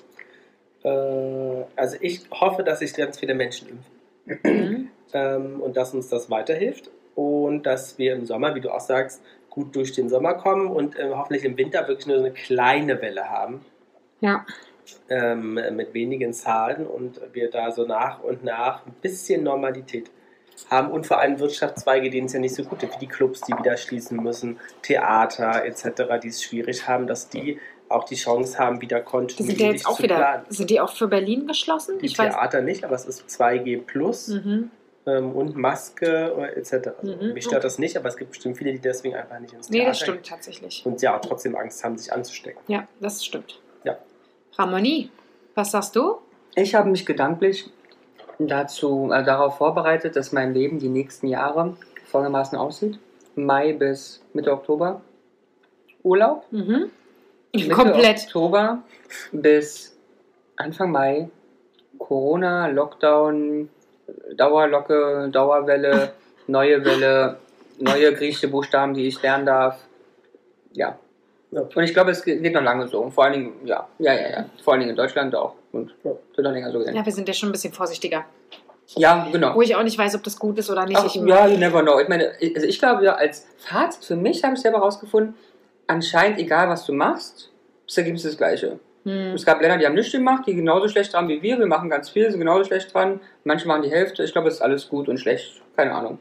Äh, also ich hoffe, dass sich ganz viele Menschen impfen ähm, und dass uns das weiterhilft und dass wir im Sommer, wie du auch sagst, gut durch den Sommer kommen und äh, hoffentlich im Winter wirklich nur so eine kleine Welle haben. Ja. Ähm, mit wenigen Zahlen und wir da so nach und nach ein bisschen Normalität haben und vor allem Wirtschaftszweige, denen es ja nicht so gut geht, wie die Clubs, die wieder schließen müssen, Theater et cetera, die es schwierig haben, dass die auch die Chance haben, wieder Die sind kontinuierlich ja jetzt auch zu wieder, planen. sind die auch für Berlin geschlossen? Die Ich weiß. Theater nicht, aber es ist zwei G plus Mhm. ähm, und Maske äh, et cetera. Also, Mhm. mich stört das nicht, aber es gibt bestimmt viele, die deswegen einfach nicht ins Nee, Theater das stimmt tatsächlich. und ja auch trotzdem Angst haben, sich anzustecken. Ja, das stimmt. Ja. Ramoni, was sagst du? Ich habe mich gedanklich dazu, äh, darauf vorbereitet, dass mein Leben die nächsten Jahre folgendermaßen aussieht. Mai bis Mitte Oktober Urlaub. Mhm. Mitte Komplett. Oktober bis Anfang Mai Corona, Lockdown, Dauerlocke, Dauerwelle, neue Welle, neue griechische Buchstaben, die ich lernen darf. Ja. Ja. Und ich glaube, es geht noch lange so. Und vor allen Dingen, ja, ja, ja, ja. Vor allen Dingen in Deutschland auch. Und Ja. wird noch länger so gehen. Ja, wir sind ja schon ein bisschen vorsichtiger. Ja, genau. Wo ich auch nicht weiß, ob das gut ist oder nicht. Ach, Ich, ja, you never know. Ich meine, also ich glaube ja, als Fazit für mich habe ich selber rausgefunden, anscheinend egal was du machst, das Ergebnis ist das Gleiche. hm. Es gab Länder, die haben nichts gemacht, die genauso schlecht dran wie wir. Wir machen ganz viel, sind genauso schlecht dran. Manche machen die Hälfte. Ich glaube, es ist alles gut und schlecht. Keine Ahnung.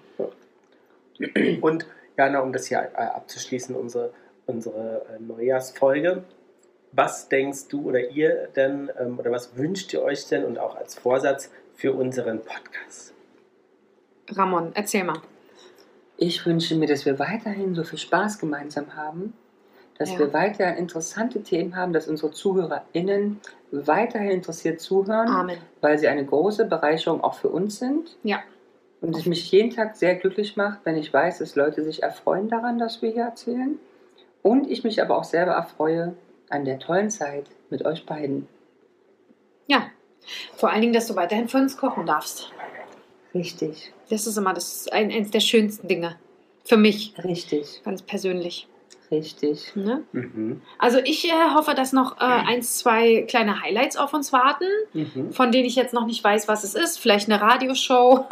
Und Jana, um das hier äh, abzuschließen, unsere, unsere äh, Neujahrsfolge. Was denkst du oder ihr denn, ähm, oder was wünscht ihr euch denn und auch als Vorsatz für unseren Podcast? Ramon, erzähl mal. Ich wünsche mir, dass wir weiterhin so viel Spaß gemeinsam haben, dass Ja. wir weiterhin interessante Themen haben, dass unsere ZuhörerInnen weiterhin interessiert zuhören, Amen. weil sie eine große Bereicherung auch für uns sind. Ja. Und es mich jeden Tag sehr glücklich macht, wenn ich weiß, dass Leute sich erfreuen daran, dass wir hier erzählen. Und ich mich aber auch selber erfreue an der tollen Zeit mit euch beiden. Ja. Vor allen Dingen, dass du weiterhin für uns kochen darfst. Richtig, Das ist immer das ein, eines der schönsten Dinge. Für mich, richtig, ganz persönlich. richtig. Ne? Mhm. Also ich äh, hoffe, dass noch äh, eins, zwei kleine Highlights auf uns warten, Mhm. von denen ich jetzt noch nicht weiß, was es ist. Vielleicht eine Radioshow,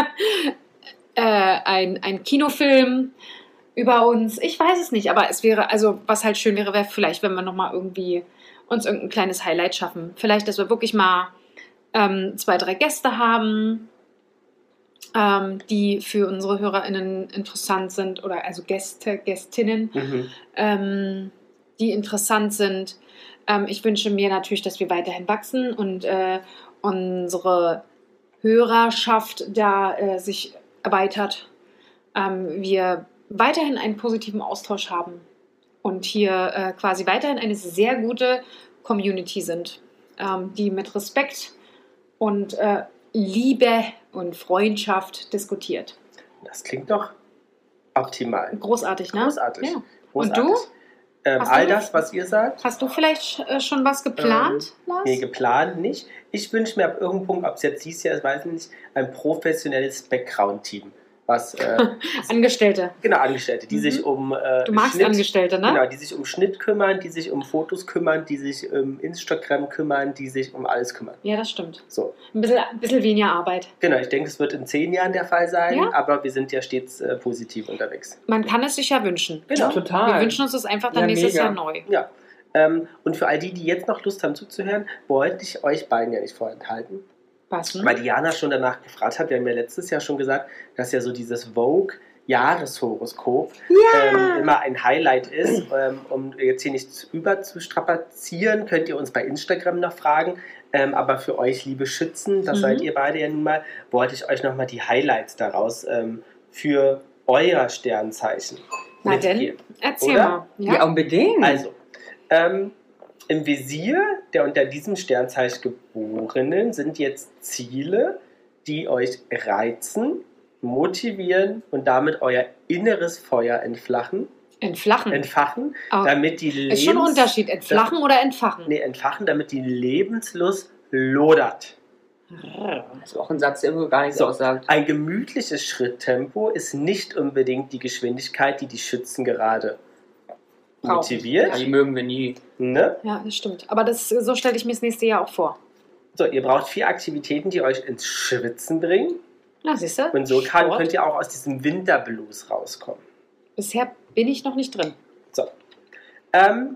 äh, ein, ein Kinofilm über uns. Ich weiß es nicht, aber es wäre, also was halt schön wäre, wäre vielleicht, wenn wir nochmal irgendwie uns irgendein kleines Highlight schaffen. Vielleicht, dass wir wirklich mal ähm, zwei, drei Gäste haben, ähm, die für unsere HörerInnen interessant sind, oder also Gäste, Gästinnen, Mhm. ähm, die interessant sind. Ähm, ich wünsche mir natürlich, dass wir weiterhin wachsen und äh, unsere Hörerschaft da äh, sich erweitert. Ähm, wir weiterhin einen positiven Austausch haben und hier äh, quasi weiterhin eine sehr gute Community sind, ähm, die mit Respekt und äh, Liebe und Freundschaft diskutiert. Das klingt doch optimal. Großartig, ne? Großartig. Ja. Großartig. Und du? Ähm, Hast du all noch- das, was ihr sagt, Hast du vielleicht äh, schon was geplant, Lars? nee, geplant nicht. Ich wünsche mir ab irgendeinem Punkt, ob es jetzt dieses Jahr ist, weiß ich nicht, ein professionelles Background-Team. Was, äh, Angestellte. genau, Angestellte, die Mhm. sich um äh, Du magst Schnitt, Angestellte, ne? genau, die sich um Schnitt kümmern, die sich um Fotos kümmern, die sich um Instagram kümmern, die sich um alles kümmern. Ja, das stimmt. So, Ein bisschen, ein bisschen weniger Arbeit. genau, ich denke, es wird in zehn Jahren der Fall sein, Ja. aber wir sind ja stets äh, positiv unterwegs. Man kann es sich ja wünschen. Genau. Ja? Total. Wir wünschen uns das einfach dann Ja, nächstes mega. Jahr neu. Ja. Ähm, und für all die, die jetzt noch Lust haben zuzuhören, wollte ich euch beiden ja nicht vorenthalten. Passen. Weil Diana schon danach gefragt hat, wir haben ja letztes Jahr schon gesagt, dass ja so dieses Vogue-Jahreshoroskop ähm, immer ein Highlight ist. Ähm, um jetzt hier nicht über zu strapazieren, könnt ihr uns bei Instagram noch fragen. Ähm, aber für euch, liebe Schützen, das Mhm. seid ihr beide ja nun mal, wollte ich euch nochmal die Highlights daraus ähm, für euer Sternzeichen Na denn, mitgeben. erzähl Oder? mal. Ja, Ja? unbedingt. Also, ähm, im Visier der unter diesem Sternzeichen Geborenen sind jetzt Ziele, die euch reizen, motivieren und damit euer inneres Feuer entflachen, Entflachen. entfachen, Oh, damit die Lebens ist schon ein Unterschied. Entflachen oder entfachen? nee, entfachen, damit die Lebenslust lodert. Das ist auch ein Satz, der irgendwie gar nichts So. aussagt. Ein gemütliches Schritttempo ist nicht unbedingt die Geschwindigkeit, die die Schützen gerade Brauchen. motiviert. Ja, die mögen wir nie. Ne? Ja, das stimmt. Aber das, so stelle ich mir das nächste Jahr auch vor. So, ihr braucht vier Aktivitäten, die euch ins Schwitzen bringen. Na, siehst du? Und so kann, Sport. könnt ihr auch aus diesem Winterblues rauskommen. Bisher bin ich noch nicht drin. So. Ähm,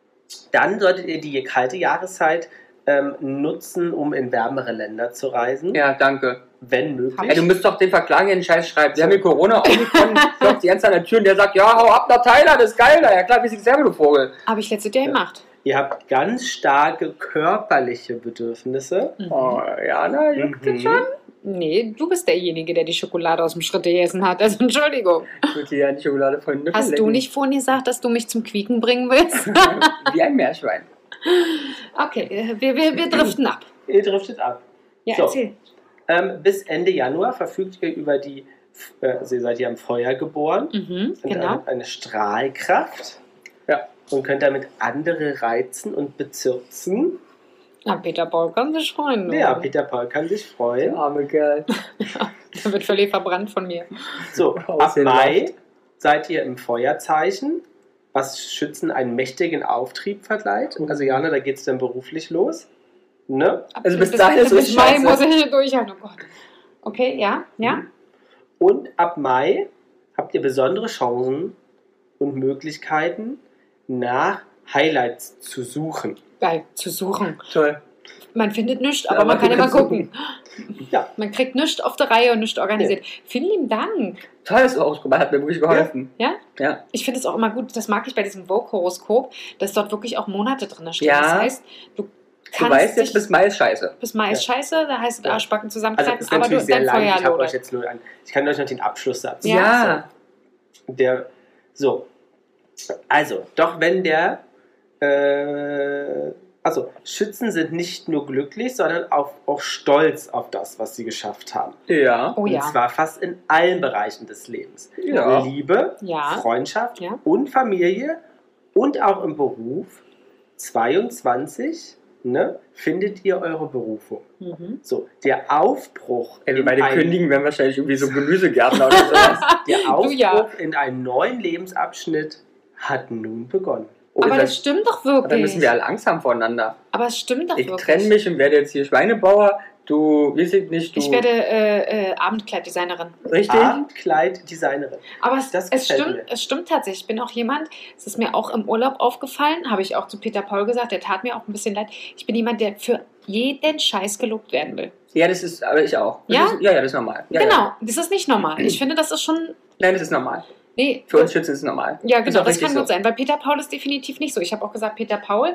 dann solltet ihr die kalte Jahreszeit ähm, nutzen, um in wärmere Länder zu reisen, Ja, danke. wenn möglich. Ey, du müsst doch den Verklagen hier den Scheiß schreiben. Wir haben hier Corona, Omikron, klopft die ganze Zeit an der Tür und der sagt, ja, hau ab nach Thailand, das ist geil da. Ja klar, wie sich selber, du Vogel. Habe ich letztes Jahr gemacht. Ihr habt ganz starke körperliche Bedürfnisse. Mhm. Oh, ja, na, juckt das schon? Nee, du bist derjenige, der die Schokolade aus dem Schritt gegessen hat. Also Entschuldigung. Ich würde dir ja die Schokolade von den Nüssen Hast du lecken. nicht vorhin gesagt, dass du mich zum Quieken bringen willst? Wie ein Meerschwein. Okay, äh, wir, wir, wir driften ab. Ihr driftet ab. Ja, So. erzähl. Ähm, bis Ende Januar verfügt ihr über die, äh, also ihr seid ja im Feuer geboren, Mhm, und genau. eine, eine Strahlkraft. Ja. Und könnt damit andere reizen und bezirzen. Na, Peter Paul kann sich freuen. Ja, oder? Peter Paul kann sich Der freuen. arme Kerl. Der wird völlig verbrannt von mir. So, ab Aussehen Mai läuft. seid ihr im Feuerzeichen, was Schützen einen mächtigen Auftrieb verleiht. Also Jana, da geht es dann beruflich los. Ne? Also bis Bis- dahin ist bis es Mai scheiße. muss ich hier durchhalten. Oh Gott. Okay, ja, ja. Und ab Mai habt ihr besondere Chancen und Möglichkeiten, nach Highlights zu suchen. Geil, zu suchen. Toll. Man findet nichts, aber Ja, man man kann immer kann gucken. Ja. Man kriegt nichts auf der Reihe und nichts organisiert. Vielen lieben Dank. Toll, dass du ausprobiert hast, hat mir wirklich geholfen. Ja? Ja. Ich finde es auch immer gut, das mag ich bei diesem Vogue-Horoskop, dass dort wirklich auch Monate drin stehen. Ja. Das heißt, du Du kannst weißt dich, jetzt, bis Mai ist scheiße. bis Mai ist scheiße, da heißt es Ja. Arschbacken Also zusammenkneifen, ist aber du, natürlich sehr dein lang. Feuer Ich habe euch lodert. jetzt nur an. Ich kann euch noch den Abschlusssatz. Ja. Ja. Der, so. Also, doch wenn der, äh, also Schützen sind nicht nur glücklich, sondern auch, auch stolz auf das, was sie geschafft haben. Ja. Oh ja. Und zwar fast in allen Bereichen des Lebens. Ja. Liebe, Ja. Freundschaft Ja. und Familie und auch im Beruf. zweiundzwanzig, ne, findet ihr eure Berufung. Mhm. So, der Aufbruch Ey, wir in beide ein- kündigen, werden wahrscheinlich irgendwie so Gemüsegärtner oder sowas. Der Aufbruch ja. in einen neuen Lebensabschnitt hat nun begonnen. Und Aber dann- das stimmt doch aber dann wirklich. müssen wir alle Angst haben voneinander. Aber es stimmt doch Ich wirklich. trenne mich und werde jetzt hier Schweinebauer. Du, weiß ich nicht, du. Ich werde äh, äh, Abendkleiddesignerin. Richtig? Abendkleid-Designerin. Aber es, Das es, gefällt stimmt, mir. es stimmt tatsächlich. Ich bin auch jemand, es ist mir auch im Urlaub aufgefallen, habe ich auch zu Peter Paul gesagt, der tat mir auch ein bisschen leid. Ich bin jemand, der für jeden Scheiß gelobt werden will. Ja, das ist, aber ich auch. Das Ja? Ist, ja, ja, das ist normal. Ja, genau, Ja. das ist nicht normal. Ich finde, das ist schon. Nein, das ist normal. Nee, Für uns Schützen ist es normal. ja, Ist genau, auch das richtig kann gut so. sein, weil Peter Paul ist definitiv nicht so. Ich habe auch gesagt, Peter Paul,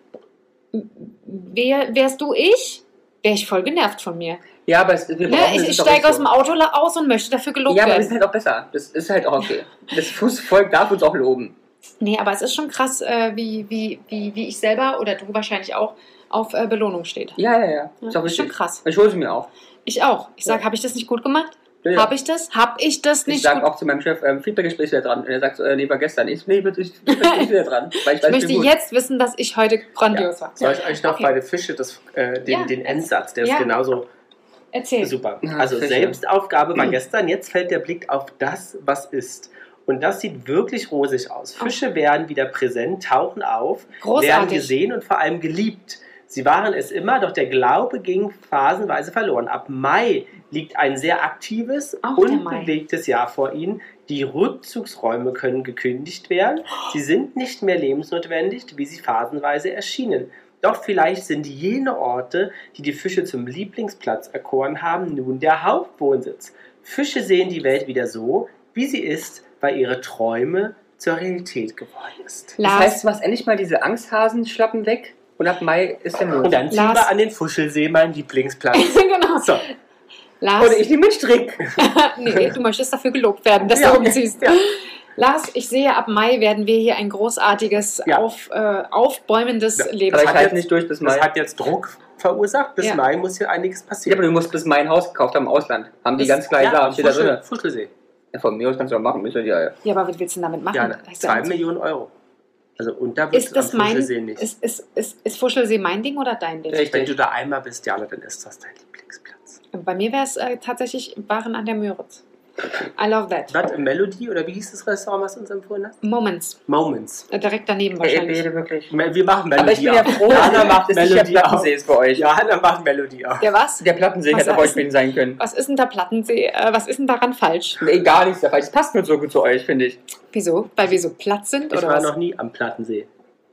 wär, wärst du ich, wäre ich voll genervt von mir. Ja, aber es, wir Ne? brauchen Ich, das ich ist doch steige nicht aus so. dem Auto la- aus und möchte dafür gelobt Ja, aber das werden. ist halt auch besser. Das ist halt auch okay. Das Fußvolk darf uns auch loben. Nee, aber es ist schon krass, äh, wie, wie, wie, wie ich selber oder du wahrscheinlich auch auf äh, Belohnung steht. Ja, ja, ja. Ja, Ist auch ist schon richtig. krass. Ich hole sie mir auch. Ich auch. Ich sage, Ja. habe ich das nicht gut gemacht? Ja, ja. Habe ich das? Habe ich das Ich nicht sage gut? auch zu meinem Chef, ähm, Feedback-Gespräch ist wieder dran. Und er sagt, so, äh, nee, war gestern. Ich, nee, bitte, ich, ich bin wieder dran. Weil ich, Ich weiß, möchte bin gut. jetzt wissen, dass ich heute grandios war. Soll ich euch noch Okay. bei den Fische das, äh, den, Ja. den Endsatz, der Ja. ist genauso Erzähl. super. Ja, Also Fische. Selbstaufgabe war gestern, jetzt fällt der Blick auf das, was ist. Und das sieht wirklich rosig aus. Fische werden wieder präsent, tauchen auf, werden Großartig. gesehen und vor allem geliebt. Sie waren es immer, doch der Glaube ging phasenweise verloren. Ab Mai liegt ein sehr aktives Auch der und Mai. bewegtes Jahr vor Ihnen. Die Rückzugsräume können gekündigt werden. Sie sind nicht mehr lebensnotwendig, wie sie phasenweise erschienen. Doch vielleicht sind jene Orte, die die Fische zum Lieblingsplatz erkoren haben, nun der Hauptwohnsitz. Fische sehen die Welt wieder so, wie sie ist, weil ihre Träume zur Realität geworden ist. Das Lars, heißt, du machst endlich mal diese Angsthasenschlappen weg und ab Mai ist der Und Mond. dann ziehen Lars. wir an den Fuschelsee, mein Lieblingsplatz. genau. So, Lars, Oder ich nehme den Strick. nee, du möchtest dafür gelobt werden, dass Ja. du umziehst. Ja. Lars, ich sehe, ab Mai werden wir hier ein großartiges, Ja. auf, äh, aufbäumendes Ja. Leben Aber ich hat halte jetzt- nicht durch bis Mai. das hat jetzt Druck verursacht. Bis Ja. Mai muss hier einiges Ja, passieren. aber du musst bis Mai ein Haus gekauft haben im Ausland. Haben die Das- ganz klar gesagt, ja, steht da Fuschel, drin. Fuschelsee. Ja, von mir aus kannst du auch machen. Ist ja, ja, ja. Ja, aber was willst du denn damit machen? Ja, Heißt ja zwei uns- Millionen Euro. Also unter wird Ist das am mein, Fuschelsee nicht. ist, ist, ist, ist Fuschelsee mein Ding oder dein Ding? Richtig. Wenn du da einmal bist, Jana, dann ist das dein Lieblingsplatz. Bei mir wäre es äh, tatsächlich Waren an der Müritz. I love that. Was, Melody oder wie hieß das Restaurant, was du uns empfohlen hast? Moments. Moments. Äh, direkt daneben Ey, wahrscheinlich. bitte, wirklich. Wir machen Melody Aber ich bin ja auf. froh, Jana macht dass ich ja Melody auf. Plattensee ist bei euch. Jana macht Melody auf. Der was? Der Plattensee Was hätte bei euch ist denn- bin sein können. Was ist denn der Plattensee? Äh, was ist denn daran falsch? Nee, gar nichts dabei. Das passt nur so gut zu euch, finde ich. Wieso? Weil wir so platt sind Ich oder war was? noch nie am Plattensee.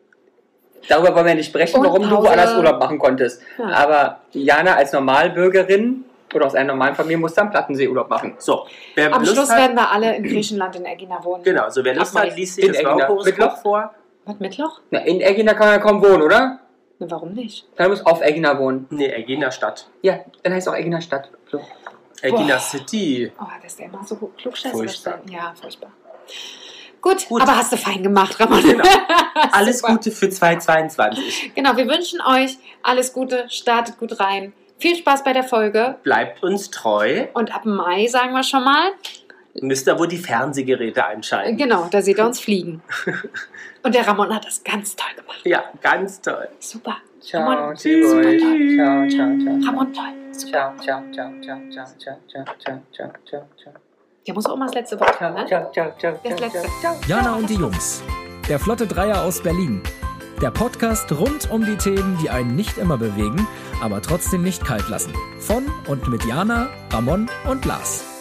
Darüber wollen wir nicht sprechen, Und warum du Pause. woanders Urlaub machen konntest. Ja. Aber Jana als Normalbürgerin oder aus einer normalen Familie musste am Plattensee Urlaub machen. So, wer Am Lust Schluss hat, werden wir alle in Griechenland in Egina wohnen. genau, so wer Lust Ab Mai. hat, liest sich In das Egina. Horoskop Mittwoch? vor. Was, Mittloch? Na, in Egina kann man ja kaum wohnen, oder? Na, warum nicht? Dann muss auf Egina wohnen. Nee, Egina Stadt. Ja, dann heißt es auch Egina Stadt. So. Egina Boah. City. Oh, dass der immer so klugscheiße Furchtbar. versteht. Ja, furchtbar. Gut, Gut. aber hast du fein gemacht, Ramon. Genau. Alles Super. Gute für zweitausendzweiundzwanzig. Genau, wir wünschen euch alles Gute, startet gut rein. Viel Spaß bei der Folge. Bleibt uns treu. Und ab Mai, sagen wir schon mal, Müsst ihr wohl die Fernsehgeräte einschalten. genau, da seht ihr uns fliegen. Und der Ramon hat das ganz toll gemacht. Ja, ganz toll. Super. Ciao, Ramon, tschüss. super toll. Ciao, ciao, ciao. Ramon, toll. Super. Ciao, ciao, ciao, ciao, ciao, ciao, ciao, ciao, ciao, ciao. Der muss auch mal das letzte Wort haben, ne? Ciao, ciao, ciao, Das ciao, letzte. ciao. Jana und die Jungs. Der Flotte Dreier aus Berlin. Der Podcast rund um die Themen, die einen nicht immer bewegen, aber trotzdem nicht kalt lassen. Von und mit Jana, Ramon und Lars.